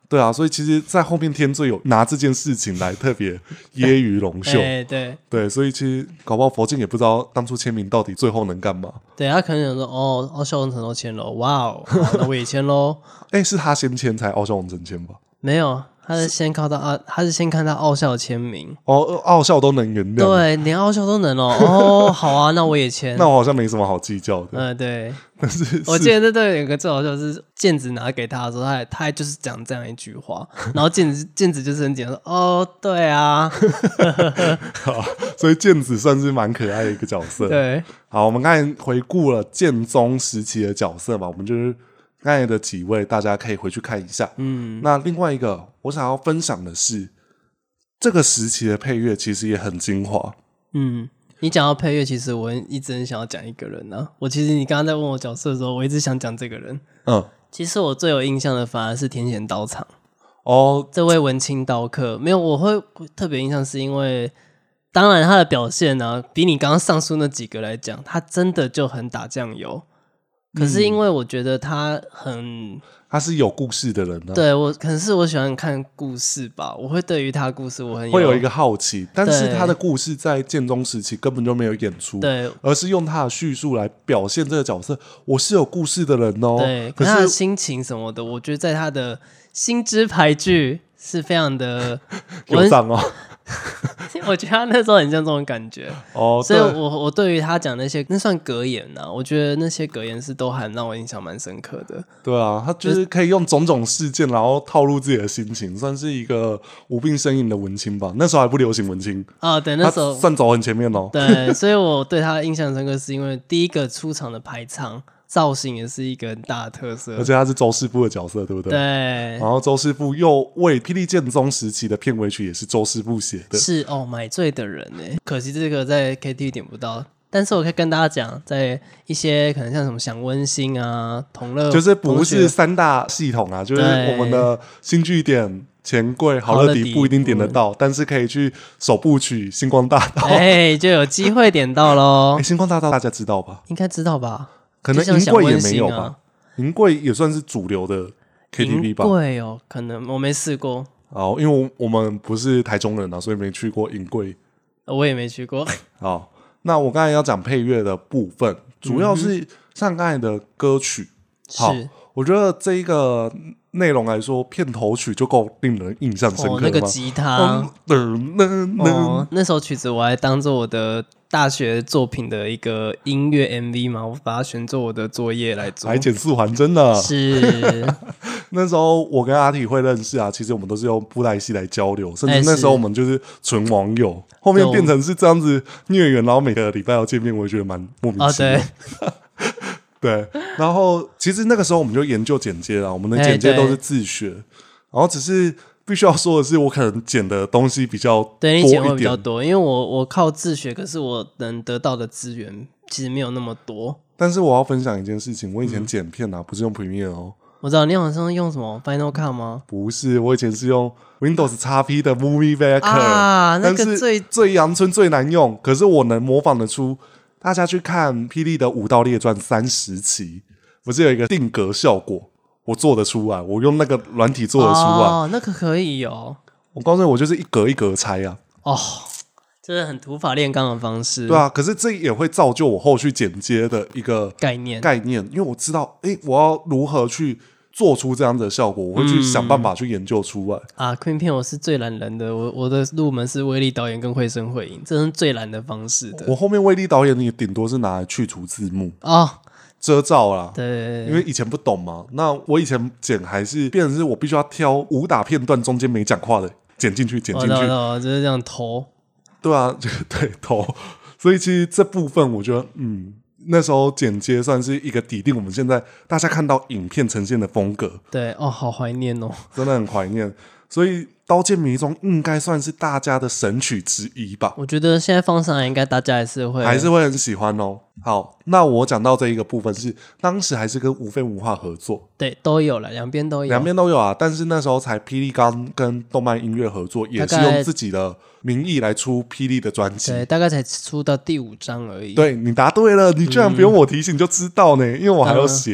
对啊，所以其实，在后面天罪有拿这件事情来特别揶揄龙秀，对，所以其实搞不好佛经也不知道当初签名到底最后能干嘛。
对，他可能想说，萧宏成都签了，哇哦，那我也签喽。
是他先签才萧宏成签吧？
没有，他是先看到傲笑签名。
傲笑都能原谅，
对，连傲笑都能哦。好啊，那我也签。
那我好像没什么好计较的。
对。
但是
我记得那对有个最好笑是健子拿给他的时候，他还就是讲这样一句话，然后健子就是很简单说对啊。
好，所以健子算是蛮可爱的一个角色。
对，
好，我们刚才回顾了建中时期的角色嘛，我们就是刚才的几位，大家可以回去看一下。那另外一个我想要分享的是，这个时期的配乐其实也很精华。
你讲到配乐，其实我一直很想要讲一个人啊。其实你刚刚在问我角色的时候，我一直想讲这个人。其实我最有印象的反而是天贤刀场。这位文青刀客，没有，我会特别印象是因为，当然他的表现呢，比你刚刚上述那几个来讲，他真的就很打酱油。可是因为我觉得他
是有故事的人呢。
对，可能是我喜欢看故事吧，我会对于他的故事我
会有一个好奇，但是他的故事在建中时期根本就没有演出，
对，
而是用他的叙述来表现这个角色，我是有故事的人哦。
对，可是他的心情什么的，我觉得在他的新知排剧是非常的
有脏哦。
我觉得他那时候很像这种感觉所以我对于他讲那些那算格言啊，我觉得那些格言是都还让我印象蛮深刻的。
对啊，他就是可以用种种事件然后套路自己的心情，算是一个无病呻吟的文青吧。那时候还不流行文青
对，那时候
他算走很前面哦。
对，所以我对他的印象深刻是因为第一个出场的排场造型也是一个很大的特色，
而且他是周师傅的角色，对不对？
对。
然后周师傅又为霹雳剑宗时期的片尾曲也是周师傅写的，
是买醉的人耶，可惜这个在 KTV 点不到。但是我可以跟大家讲，在一些可能像什么享温馨啊、同乐，
就是不是三大系统啊，就是我们的新据点、钱柜、好乐迪不一定点得到，但是可以去首部曲星光大道，
就有机会点到咯。
星光大道大家知道吧？
应该知道吧？
可能银柜也没有吧？银柜也算是主流的 KTV 吧？
银柜可能我没试过。
因为我们不是台中人啊，所以没去过银柜。
我也没去过。
好，那我刚才要讲配乐的部分，主要是像刚才的歌曲。好，我觉得这一个内容来说，片头曲就够令人印象深刻了。
那个吉他，那首曲子我还当做我的大学作品的一个音乐 MV 嘛，我把它选做我的作业来做，
还减速还真的
是。
那时候我跟阿体会认识啊，其实我们都是用布袋戏来交流，甚至那时候我们就是纯网友，后面变成是这样子孽缘，然后每个礼拜要见面，我也觉得蛮莫名其妙。对，然后其实那个时候我们就研究剪接了，我们的剪接都是自学，然后只是必须要说的是，我可能剪的东西比较多一点，
对，你剪会比较多，因为我靠自学，可是我能得到的资源其实没有那么多。
但是我要分享一件事情，我以前剪片不是用 Premiere 哦。
我知道你好像用什么 Final Cut 吗？
不是，我以前是用 Windows XP 的 Movie Maker
那个
最阳春最难用，可是我能模仿得出。大家去看霹雳的武道列传30期，不是有一个定格效果，我做得出来，我用那个软体做得出来。
那个可以哦。
我告诉你，我就是一格一格拆啊。
这是很土法炼钢的方式。
对啊，可是这也会造就我后续剪接的一个概念，因为我知道，我要如何去做出这样子的效果，我会去想办法去研究出来。
Queen 片我是最懒人的，我的入门是威力导演跟绘声绘影，这是最懒的方式的。
我后面威力导演你顶多是拿来去除字幕遮罩啦。
对，
因为以前不懂嘛，那我以前剪还是变成是我必须要挑武打片段中间没讲话的剪进去，就是
这样投。
对啊，对投。所以其实这部分我觉得，那时候剪接算是一个底定我们现在大家看到影片呈现的风格。
对好怀念哦，
真的很怀念。所以《刀剑迷踪》应该算是大家的神曲之一吧。
我觉得现在放上来，应该大家还是会
很喜欢哦。好，那我讲到这一个部分是当时还是跟无非文化合作，
对，都有了，两边都
有啊。但是那时候才霹雳刚跟动漫音乐合作，也是用自己的名义来出霹雳的专辑，
对，大概才出到第5章而已。
对，你答对了，你居然不用我提醒就知道呢，因为我还要写。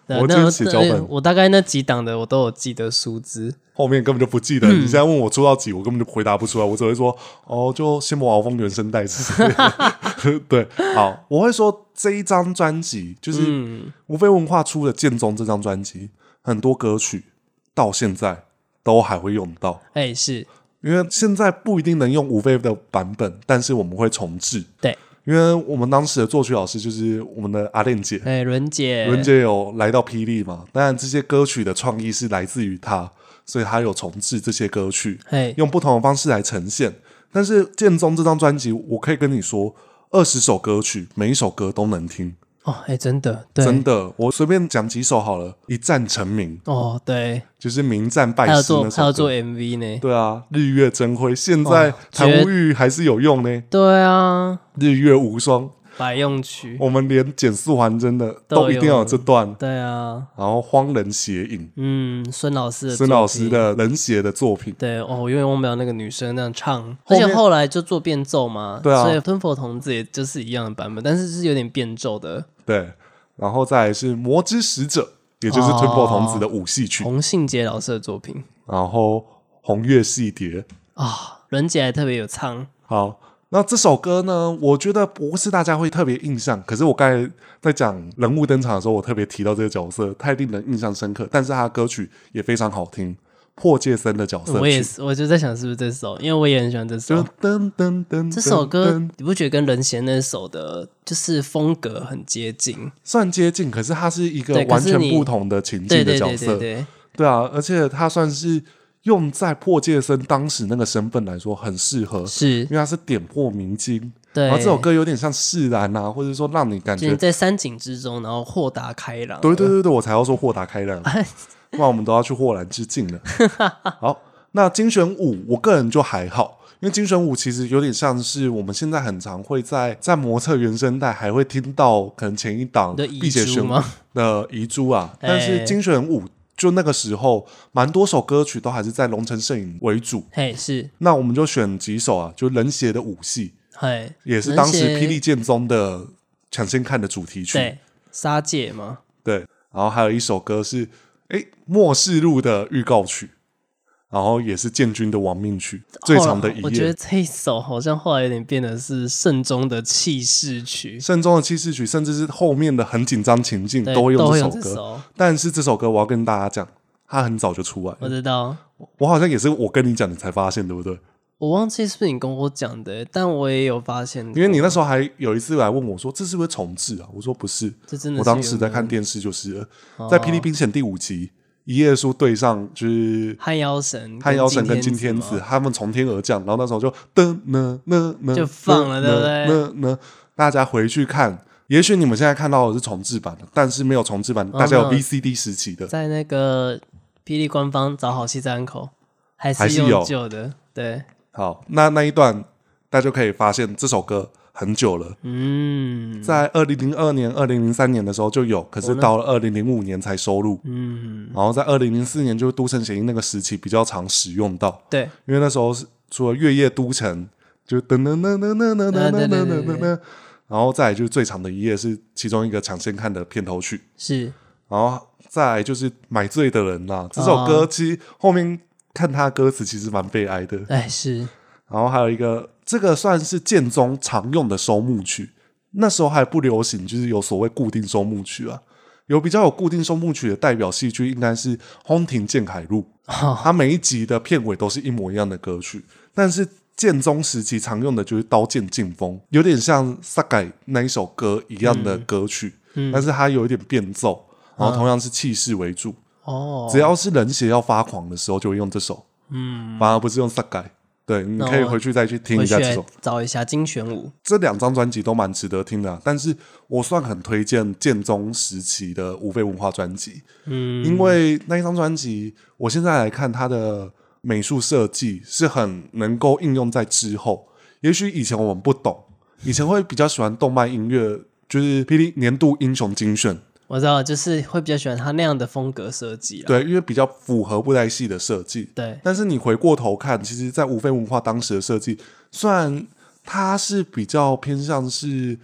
我今天写脚本，
我大概那几档的我都有记得数字，
后面根本就不记得。你现在问我出到几，我根本就回答不出来，我只会说就《仙魔鏖锋》原声带之类的。对，好，我会说这一张专辑就是无非文化出的《剑宗》这张专辑，很多歌曲到现在都还会用到。
是
因为现在不一定能用无非的版本，但是我们会重制。
对。
因为我们当时的作曲老师就是我们的阿练姐，伦姐有来到霹雳嘛，当然这些歌曲的创意是来自于她，所以她有重制这些歌曲，用不同的方式来呈现。但是剑宗这张专辑，我可以跟你说，20首歌曲，每一首歌都能听。
真的，对，
真的，我随便讲几首好了。一战成名，
对，
就是名战败师那首歌，
他要做 MV 呢。
对啊，日月争辉，现在谭无欲还是有用呢。
对啊，
日月无双，
百用曲，
我们连减速环真的都一定要有这段。
对啊，
然后荒人邪影，
孙老师
的人邪的作品。
对我永远忘不了那个女生那样唱，而且后来就做变奏嘛，对啊，所以吞佛童子也就是一样的版本，但是是有点变奏的。
对，然后再来是魔之使者，也就是吞佛童子的舞戏曲，
洪信杰老师的作品。
然后红月戏蝶
人姐还特别有唱。
好，那这首歌呢，我觉得不是大家会特别印象，可是我刚才在讲人物登场的时候，我特别提到这个角色，太令人印象深刻，但是他的歌曲也非常好听。破戒僧的角色曲，
我也是，我就在想是不是这首，因为我也很喜欢这首。这首歌你不觉得跟任贤那首的，就是风格很接近？
算接近，可是它是一个完全不同的情境的角色。对啊，而且它算是用在破戒僧当时那个身份来说很适合，
是
因为它是点破迷津。
对，
然后这首歌有点像释然啊，或者说让你感觉
你在山景之中，然后豁达开朗。
对，我才要说豁达开朗。不然我们都要去豁然致敬了。好，那精选舞我个人就还好，因为精选舞其实有点像是我们现在很常会在模测原声带还会听到可能前一档碧血玄的遗珠啊，但是精选舞就那个时候蛮多首歌曲都还是在龙城摄影为主。
是，
那我们就选几首啊，就人邪的舞戏，也是当时霹雳剑宗的抢先看的主题曲，
对，杀戒吗？
对，然后还有一首歌是末世录的预告曲，然后也是建军的亡命曲，最长的一夜。
我觉得这一首好像后来有点变得是慎终的气势曲，
甚至是后面的很紧张情境都会用这首歌。但是这首歌我要跟大家讲，它很早就出来了。
我知道，
我好像也是我跟你讲你才发现，对不对？
我忘记是不是你跟我讲的，但我也有发现，
因为你那时候还有一次来问我说这是不是重制啊？我说不是，
这真的是，
我当时在看电视就是了，在《霹雳兵险》第5集，一页书对上就是
汉妖神
跟金天子，他们从天而降，然后那时候就
就放了，对不对？
大家回去看，也许你们现在看到的是重制版的，但是没有重制版，大家有 VCD 时期的，
在那个霹雳官方找好戏在安口还是有旧的，对。
好，那一段大家就可以发现这首歌很久了，在2002年、2003年的时候就有，可是到了2005年才收录，然后在2004年就是都城协议那个时期比较常使用到，
对，
因为那时候是除了月夜都城，就噔噔噔噔噔噔噔噔噔噔噔，然后再来就是最长的一夜是其中一个抢先看的片头曲，
是，
然后再来就是买醉的人啦，这首歌其实后面看他歌词其实蛮悲哀的，
是。
然后还有一个，这个算是剑宗常用的收幕曲，那时候还不流行，就是有所谓固定收幕曲啊。有比较有固定收幕曲的代表戏剧应该是《轰庭剑海录》，它每一集的片尾都是一模一样的歌曲。但是剑宗时期常用的就是《刀剑劲风》，有点像萨改那一首歌一样的歌曲，但是它有一点变奏，然后同样是气势为主。只要是人邪要发狂的时候，就会用这首，反而不是用萨改。对，你可以回去再去听一下这首，
找一下精选舞。
这2张专辑都蛮值得听的，但是我算很推荐剑宗时期的无非文化专辑，因为那一张专辑，我现在来看它的美术设计是很能够应用在之后。也许以前我们不懂，以前会比较喜欢动漫音乐，就是霹雳年度英雄精选。
我知道，就是会比较喜欢他那样的风格设计啦。
对，因为比较符合布袋戏的设计。
对，
但是你回过头看，其实在无非文化当时的设计，虽然它是比较偏向是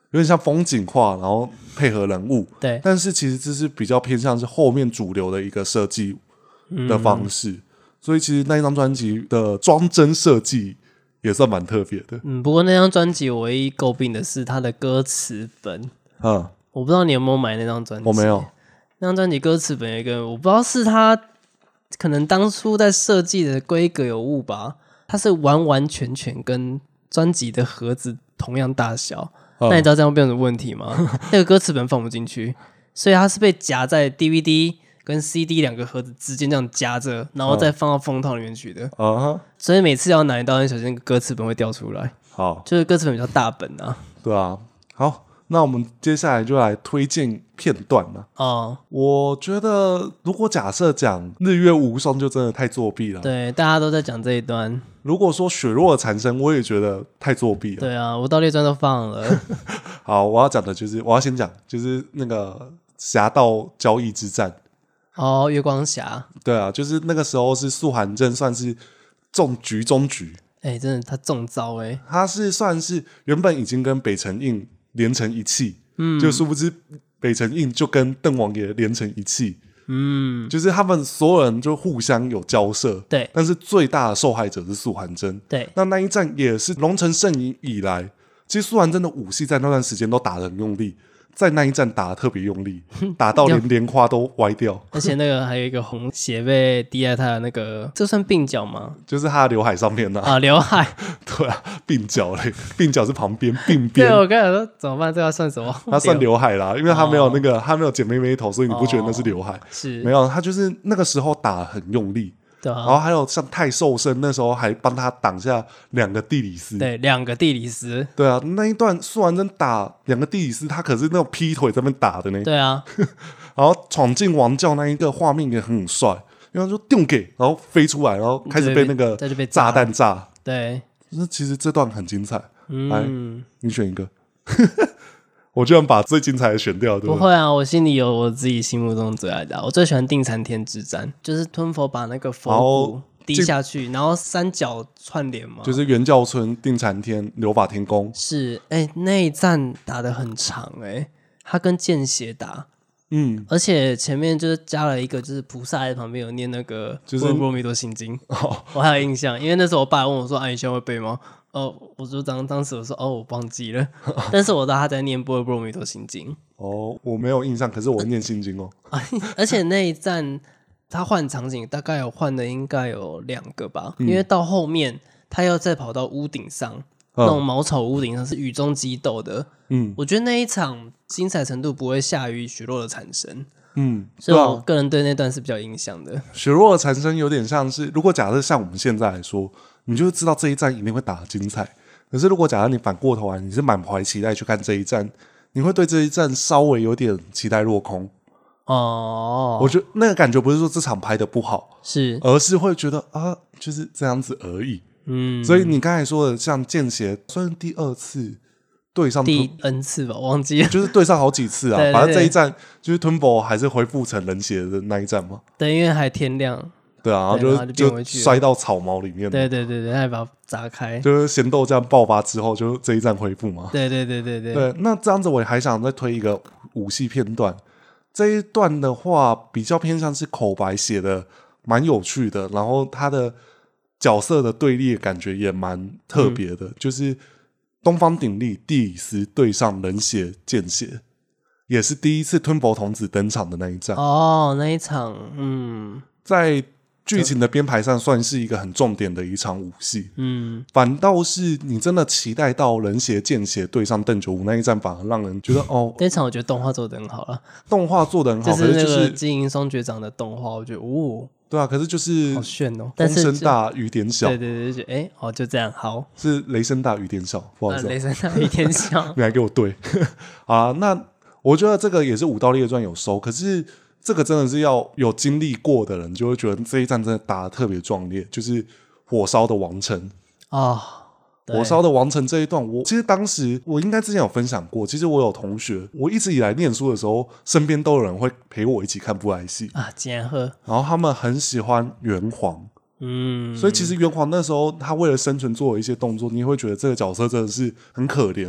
有点像风景画，然后配合人物。
对，
但是其实这是比较偏向是后面主流的一个设计的方式，所以其实那一张专辑的装帧设计也算蛮特别的。
不过那张专辑我唯一诟病的是它的歌词本。我不知道你有没有买那张专辑？
我没有。
那张专辑歌词本有一个，我不知道是他可能当初在设计的规格有误吧，它是完完全全跟专辑的盒子同样大小。那你知道这样会变成什么问题吗？那个歌词本放不进去，所以它是被夹在 DVD 跟 CD 两个盒子之间这样夹着，然后再放到封套里面去的。所以每次要拿到，你小心那个歌词本会掉出来。
好，
就是歌词本比较大本啊。
对啊，好，那我们接下来就来推荐片段了。我觉得如果假设讲日月无双，就真的太作弊了。
对，大家都在讲这一段。
如果说雪落的蝉声，我也觉得太作弊了。
对啊，我到列传都放了。
好，我要讲的就是我要先讲，就是那个侠盗交易之战。
月光侠。
对啊，就是那个时候是素还真算是中局中局。
真的他中招
他是算是原本已经跟北辰印连成一气，就殊不知北辰印就跟邓王爷连成一气。就是他们所有人就互相有交涉，
对，
但是最大的受害者是素还真。
对，
那一战也是龙城圣营以来，其实素还真的武戏在那段时间都打得很用力，在那一战打得特别用力，打到连莲花都歪掉。
而且那个还有一个红血被滴在他的那个，这算鬓角吗？
就是他的刘海上面
刘海。
对啊，鬓角嘞，鬓角是旁边鬓边。
对，我刚才说怎么办？这要算什么？
他算刘海啦，因为他没有他没有剪妹妹头，所以你不觉得那是刘海？
是
没有，他就是那个时候打很用力。
对啊，
然后还有像太寿生那时候还帮他挡下2个地理斯。
对，2个地理斯。
对啊，那一段素还真打2个地理斯，他可是那种劈腿在那边打的呢。
对啊，
然后闯进王教那一个画面也很帅，因为他说丢给，然后飞出来，然后开始被那个炸弹炸。
对，
那其实这段很精彩。来，你选一个。我居然把最精彩的选掉，对不对？
不会啊，我心里有我自己心目中最爱的。我最喜欢定禅天之战，就是吞佛把那个佛骨滴下去，然后3角串联嘛，
就是元教村、定禅天、留法天宫。
是，那一战打得很长，他跟剑邪打。而且前面就是加了一个，就是菩萨在旁边有念那个《般若波罗蜜多心经》。我还有印象，因为那时候我爸问我说：“你现在会背吗？”我就当时我说我忘记了，但是我知道他在念《般若波罗蜜多心经》。
我没有印象，可是我念心经哦。
而且那一站他换场景大概有换的应该有2个吧，因为到后面他要再跑到屋顶上，那种茅草屋顶上是雨中激斗的。我觉得那一场精彩程度不会下于雪落的产生。所以我个人对那段是比较有印象的。
雪落的产生有点像是，如果假设像我们现在来说，你就知道这一战一定会打得精彩。可是如果假设你反过头来，你是满怀期待去看这一战，你会对这一战稍微有点期待落空。我觉得那个感觉不是说这场拍的不好，而是会觉得就是这样子而已。所以你刚才说的像剑邪，算是第2次对上
第 N 次吧，我忘记了，
就是对上好几次啊。
对对对，
反正这一战就是吞佛还是恢复成人血的那一战嘛。
对，因为还天亮。
对啊，然后就摔到草毛里面。
对，他还把它砸开。
就是咸豆浆爆发之后，就这一战恢复嘛。
对。
对，那这样子我还想再推一个武戏片段。这一段的话，比较偏向是口白写的，蛮有趣的，然后他的角色的对立感觉也蛮特别的，就是东方鼎立地理斯对上人血剑血，也是第一次吞佛童子登场的那一战。
那一场，
在剧情的编排上算是一个很重点的一场武戏。反倒是你真的期待到人血剑血对上邓九五那一战，反而让人觉得
那一场我觉得动画做得很好了，
动画做得很好，
就是那个金银松学长的动画，我觉得
对啊，可是就是
好炫
风声大雨点小。
对，就这样，好，
是雷声大雨点小，不好意思，
雷声大雨点小，
你还给我对。好啊，那我觉得这个也是武道列传有收，可是这个真的是要有经历过的人就会觉得这一战真的打得特别壮烈，就是火烧的王城火烧的王城这一段，其实当时我应该之前有分享过，其实我有同学，我一直以来念书的时候，身边都有人会陪我一起看布莱戏
然
后他们很喜欢元皇。所以其实元皇那时候他为了生存做了一些动作，你也会觉得这个角色真的是很可怜，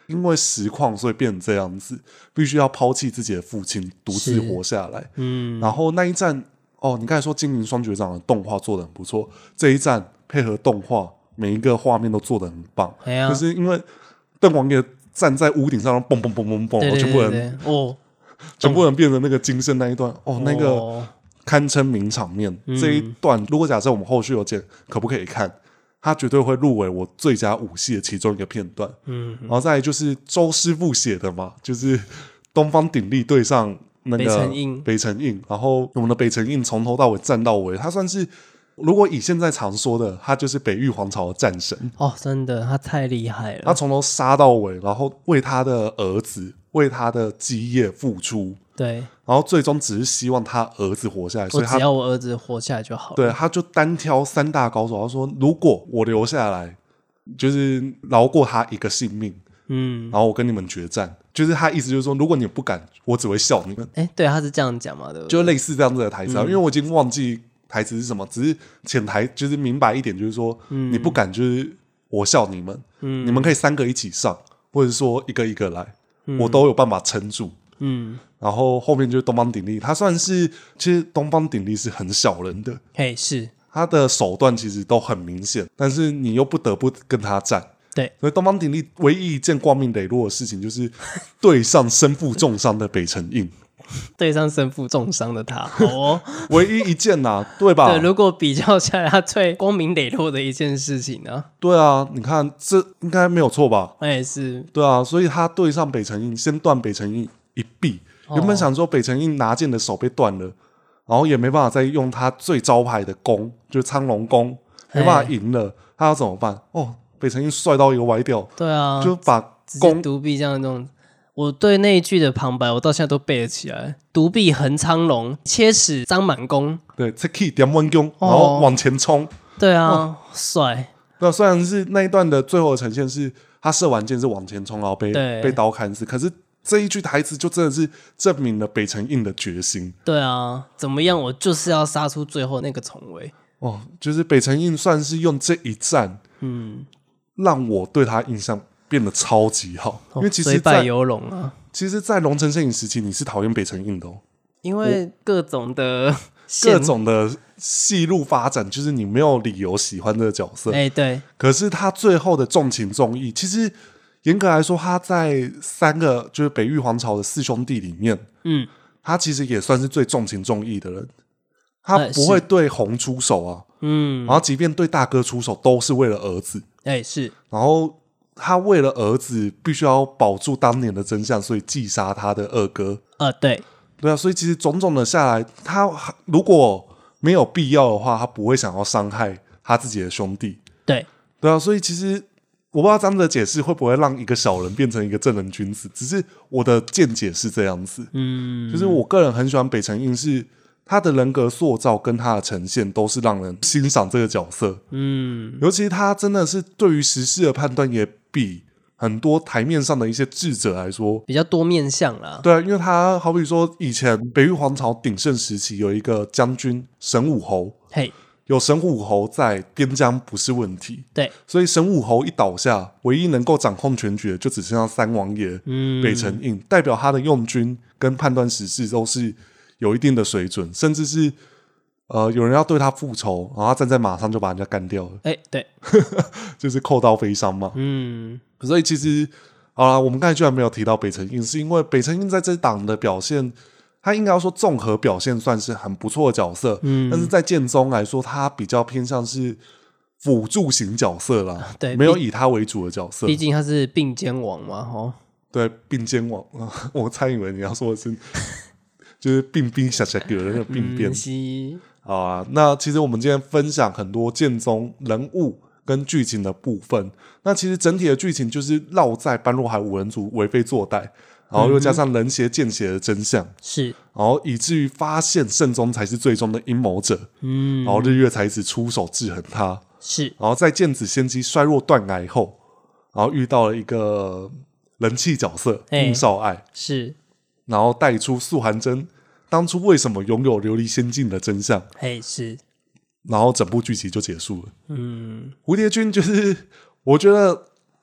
因为实况所以变成这样子，必须要抛弃自己的父亲，独自活下来。然后那一战你刚才说精灵双绝长的动画做得很不错，这一战配合动画每一个画面都做得很棒，就是因为邓王爷站在屋顶上蹦蹦蹦蹦蹦，全部人变成那个金身那一段那个堪称名场面。这一段如果假设我们后续有剪，可不可以看？他绝对会入围我最佳武戏的其中一个片段。然后再来就是周师傅写的嘛，就是东方鼎立对上那个北辰印，然后我们的北辰印从头到尾战到尾，他算是如果以现在常说的，他就是北域皇朝的战神
真的他太厉害了，
他从头杀到尾，然后为他的儿子为他的基业付出，
对，
然后最终只是希望他儿子活下来，所以
只要我儿子活下来就好了。
对，他就单挑3大高手，他说如果我留下来就是饶过他一个性命，然后我跟你们决战，就是他意思就是说如果你不敢，我只会笑你们。
对，他是这样讲嘛，对不对？
就类似这样子的台词因为我已经忘记台词是什么，只是潜台就是明白一点，就是说你不敢，就是我笑你们，你们可以3个一起上，或者说一个一个来，我都有办法撑住。然后后面就是东方鼎立，他算是其实东方鼎立是很小人的，
是
他的手段其实都很明显，但是你又不得不跟他战。
对，
所以东方鼎立唯一一件光明磊落的事情就是对上身负重伤的北辰印。
对上身负重伤的他，
唯一一件对吧？
对，如果比较下来，他最光明磊落的一件事情
对啊，你看这应该没有错吧？
是，
对啊，所以他对上北辰印，先断北辰印一臂。原本想说北辰印拿剑的手被断了，然后也没办法再用他最招牌的弓，就是苍龙弓，没办法赢了，他要怎么办？北辰印帅到一个歪掉，
对啊，
就把弓
独臂这样弄。我对那一句的旁白，我到现在都背得起来。独臂横苍龙，切齿张满弓。对，
这可以点弯弓，然后往前冲。
对啊，帅。
对，虽然是那一段的最后的呈现是他射完箭是往前冲，然后被刀砍死，可是这一句台词就真的是证明了北辰印的决心。
对啊，怎么样，我就是要杀出最后那个重围。
就是北辰印算是用这一战，让我对他印象变得超级好，因为其实
虽败犹荣啊。
其实，在龙城摄影时期，你是讨厌北辰印的
因为各种的
戏路发展，就是你没有理由喜欢这个角色。
对。
可是他最后的重情重义，其实严格来说，他在3个就是北域皇朝的4兄弟里面，他其实也算是最重情重义的人。他不会对红出手啊，然后即便对大哥出手，都是为了儿子。
是。
然后他为了儿子必须要保住当年的真相，所以击杀他的二哥。对啊，所以其实种种的下来，他如果没有必要的话，他不会想要伤害他自己的兄弟。对啊，所以其实我不知道这样的解释会不会让一个小人变成一个正人君子，只是我的见解是这样子。就是我个人很喜欢北辰印，是他的人格塑造跟他的呈现都是让人欣赏这个角色。尤其他真的是对于时事的判断也比很多台面上的一些智者来说
比较多面向啦。
对啊，因为他好比说以前北域皇朝鼎盛时期有一个将军神武侯，有神武侯在，边疆不是问题。对，所以神武侯一倒下，唯一能够掌控全局的就只剩下三王爷北辰印，代表他的用军跟判断时事都是有一定的水准，甚至是有人要对他复仇，然后他站在马上就把人家干掉了。对，就是扣刀飞伤嘛。所以其实好啦，我们刚才居然没有提到北辰印，是因为北辰印在这档的表现，他应该要说综合表现算是很不错的角色。但是在剑宗来说，他比较偏向是辅助型角色啦，对，没有以他为主的角色。
毕竟他是并肩王嘛，
对，并肩王我猜以为你要说的是就是并兵小小个的那个并边。好啊，那其实我们今天分享很多剑宗人物跟剧情的部分，那其实整体的剧情就是绕在般若海五人组为非作歹，然后又加上人邪见邪的真相，是，然后以至于发现圣宗才是最终的阴谋者，然后日月才子出手制衡他，是，然后在剑子仙姬衰弱断崖后，然后遇到了一个人气角色殷少爱，是，然后带出素还真当初为什么拥有琉璃仙境的真相，是，然后整部剧集就结束了。蝴蝶君就是我觉得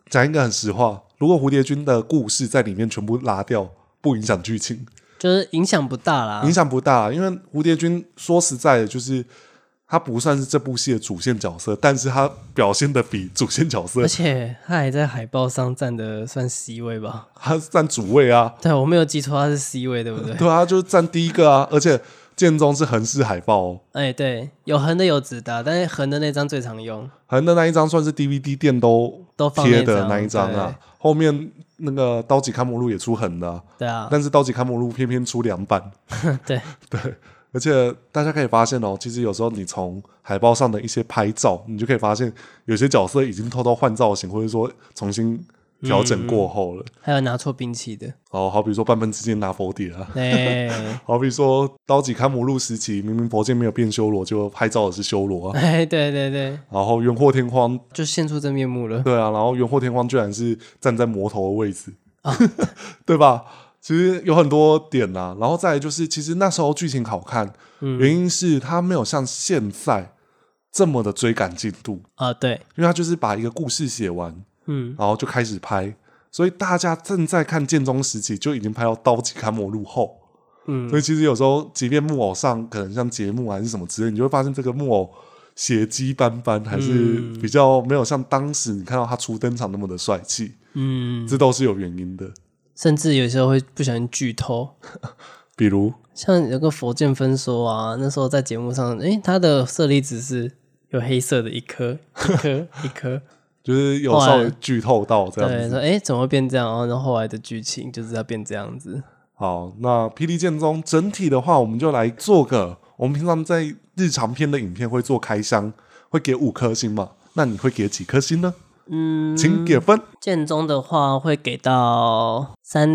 讲一个很实话，如果蝴蝶君的故事在里面全部拉掉，不影响剧情，
就是影响不大啦，
影响不大，因为蝴蝶君说实在的，就是他不算是这部戏的主线角色，但是他表现的比主线角色，
而且他还在海报上站的算 C 位吧？
他是占主位啊。
对，我没有记错，他是 C 位，对不对？
对啊，就是占第一个啊，而且建中是横式海报哦。
哎，对，有横的有直的，但是横的那张最常用，
横的那一张算是 DVD 店都贴的那一张啊，后面那个刀戟勘魔录也出横的、啊，
对啊，
但是刀戟勘魔录偏偏出2版，
对
对，而且大家可以发现哦，其实有时候你从海报上的一些拍照，你就可以发现有些角色已经偷偷换造型，或者说重新调整过后了，
还有拿错兵器的，
好比说半分之间拿佛碟啊，
哎，
好比说刀戟勘魔录时期，明明佛剑没有变修罗，就拍照的是修罗啊，
哎，对对对，
然后元惑天荒
就现出真面目了，
对啊，然后元惑天荒居然是站在魔头的位置，对吧？其实有很多点啊，然后再来就是，其实那时候剧情好看，原因是它没有像现在这么的追赶进度
啊，对，
因为它就是把一个故事写完，然后就开始拍，所以大家正在看建中时期就已经拍到刀戟勘魔录后，所以其实有时候即便木偶上可能像节目还是什么之类，你就会发现这个木偶血迹斑斑，还是比较没有像当时你看到他初登场那么的帅气，这都是有原因的。
甚至有时候会不小心剧透，
比如
像有个佛剑分说啊，那时候在节目上，他的舍利子是有黑色的一颗一颗，
就是有稍微剧透到这样子。
对，说怎么会变这样？然后后来的剧情就是要变这样子。
好，那霹雳剑宗整体的话，我们就来做个，我们平常在日常片的影片会做开箱，会给5颗星嘛？那你会给几颗星呢？请给分。
剑宗的话会给到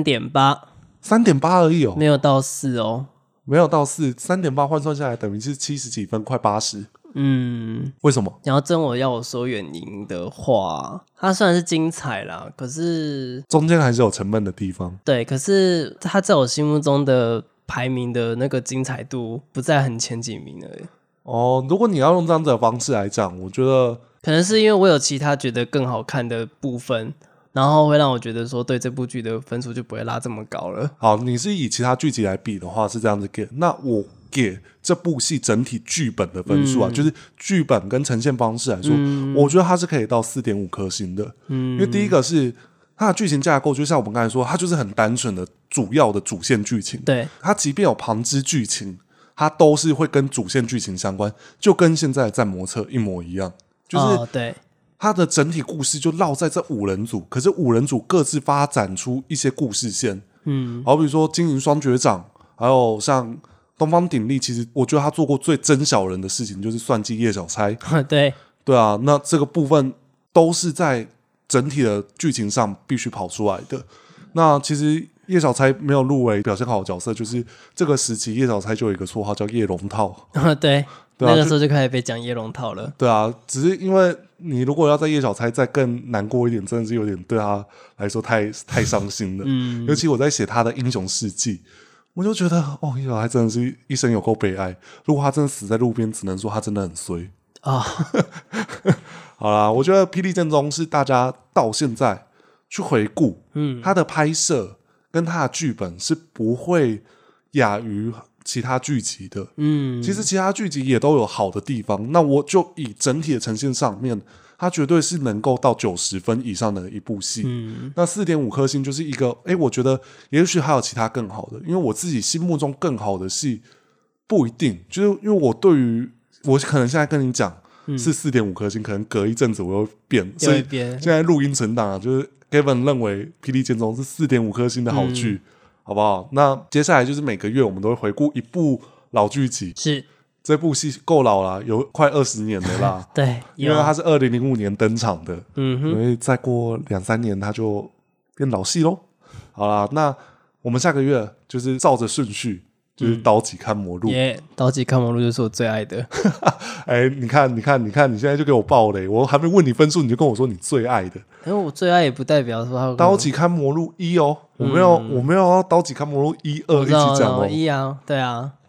3.8，3.8
而已哦，
没有到4哦，
没有到4，3.8换算下来等于是70几分，快80。为什么？
然后要我说原因的话，它虽然是精彩啦，可是
中间还是有沉闷的地方。
对，可是它在我心目中的排名的那个精彩度不在很前几名而已。
哦，如果你要用这样子的方式来讲，我觉得
可能是因为我有其他觉得更好看的部分，然后会让我觉得说对这部剧的分数就不会拉这么高了。
好，你是以其他剧集来比的话是这样子给，那我给这部戏整体剧本的分数啊，就是剧本跟呈现方式来说，我觉得它是可以到4.5颗星的。因为第一个是它的剧情架构，就像我们刚才说，它就是很单纯的主要的主线剧情。
对，
它即便有旁支剧情，它都是会跟主线剧情相关，就跟现在的战魔策一模一样。就是
对，
它的整体故事就绕在这5人组，可是5人组各自发展出一些故事线。好比说金银双绝掌，还有像东方鼎立，其实我觉得他做过最真小人的事情就是算计叶小钗。
对
啊，那这个部分都是在整体的剧情上必须跑出来的。那其实叶小钗没有入围表现好的角色，就是这个时期叶小钗就有一个绰号叫叶龙套。
对，那个时候就开始被讲叶龙套了。
对啊，只是因为你如果要在叶小钗再更难过一点，真的是有点对他来说太伤心了。尤其我在写他的英雄事迹，我就觉得叶小钗真的是一生有够悲哀。如果他真的死在路边，只能说他真的很衰啊。好啦，我觉得霹雳剑宗是大家到现在去回顾，他的拍摄跟他的剧本是不会亚于其他剧集的。其实其他剧集也都有好的地方，那我就以整体的呈现上面，它绝对是能够到90分以上的一部戏。那 4.5 颗星就是一个我觉得也许还有其他更好的，因为我自己心目中更好的戏不一定，就是因为我对于我可能现在跟你讲是 4.5 颗星，可能隔一阵子我又变，所以现在录音存档啊，就是 Kevin 认为霹雳剑宗是 4.5 颗星的好剧。好不好？那接下来就是每个月我们都会回顾一部老剧集。
是，
这部戏够老啦，有快20年了啦。
对，
因为它是2005年登场的，所以再过2-3年它就变老戏咯。好啦，那我们下个月就是照着顺序，就是刀戟勘魔录。
刀戟勘魔录就是我最爱的。
你看，你现在就给我爆雷，我还没问你分数，你就跟我说你最爱的。
因为我最爱也不代表说它
刀戟勘魔录1哦，我没有刀戟勘魔录1、2一起讲哦。
1啊，对啊。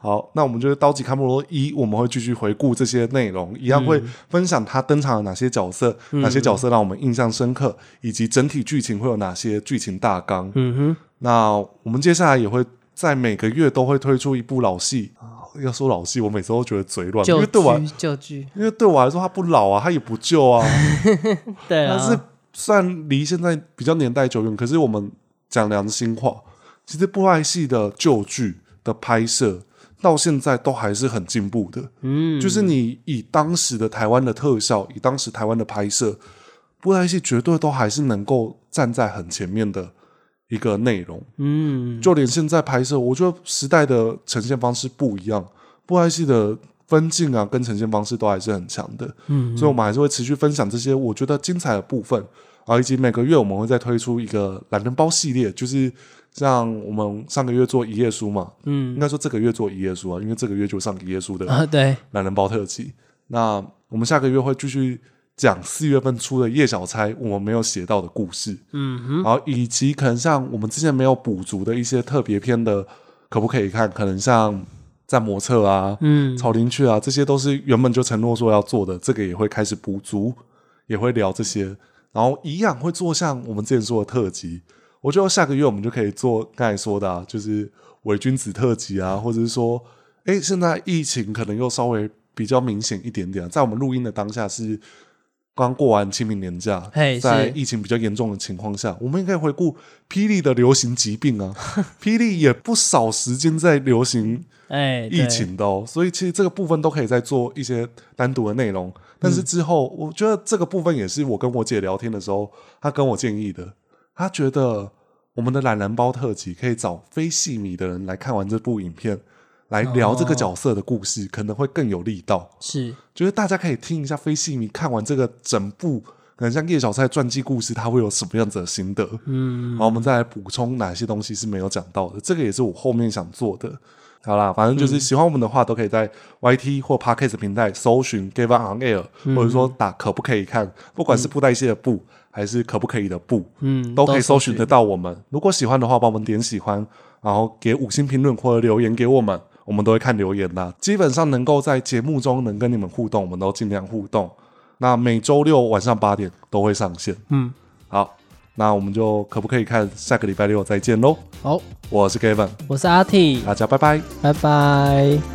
好，那我们就是刀戟卡姆罗1，我们会继续回顾这些内容，一样会分享他登场的哪些角色，哪些角色让我们印象深刻，以及整体剧情会有哪些剧情大纲。那我们接下来也会在每个月都会推出一部老戏。要说老戏，我每次都觉得嘴软，因为
旧剧，
因为对我来说他不老啊，他也不旧啊，
对啊，
他是算离现在比较年代久远。可是我们讲良心话，其实布袋戏的旧剧的拍摄到现在都还是很进步的。就是你以当时的台湾的特效，以当时台湾的拍摄，布袋戏绝对都还是能够站在很前面的一个内容。就连现在拍摄，我觉得时代的呈现方式不一样，布袋戏的分镜啊跟呈现方式都还是很强的。所以我们还是会持续分享这些我觉得精彩的部分，然后以及每个月我们会再推出一个懒人包系列，就是像我们上个月做一页书嘛，应该说这个月做一页书啊，因为这个月就上一页书的懒人包特辑。那我们下个月会继续讲4月份出的叶小钗我们没有写到的故事，然后以及可能像我们之前没有补足的一些特别篇的，可不可以看？可能像战魔策啊、草林雀啊，这些都是原本就承诺说要做的，这个也会开始补足，也会聊这些。然后一样会做像我们之前说的特辑，我觉得下个月我们就可以做刚才说的啊，就是伪君子特辑啊，或者是说，现在疫情可能又稍微比较明显一点点，在我们录音的当下是刚过完清明年假，在疫情比较严重的情况下，我们也可以回顾霹雳的流行疾病啊，霹雳也不少时间在流行疫情的哦，所以其实这个部分都可以再做一些单独的内容。但是之后我觉得这个部分也是我跟我姐聊天的时候她跟我建议的，她觉得我们的懒人包特辑可以找非戏迷的人来看完这部影片来聊这个角色的故事，可能会更有力道。
是，
就是大家可以听一下非戏迷看完这个整部可能像叶小钗传记故事他会有什么样子的心得，然后我们再来补充哪些东西是没有讲到的，这个也是我后面想做的。好啦，反正就是喜欢我们的话都可以在 YT 或 Podcast 平台搜寻 Gave On Air，或者说打可不可以看，不管是布袋戏的布还是可不可以的布，都可以搜寻得到我们。如果喜欢的话帮我们点喜欢，然后给5星评论或者留言给我们，我们都会看留言啦。基本上能够在节目中能跟你们互动，我们都尽量互动。那每周6晚上8点都会上线。好，那我们就可不可以看下个礼拜6再见咯。好，我是 Gavin，
我是阿 T，
大家拜拜，
拜拜。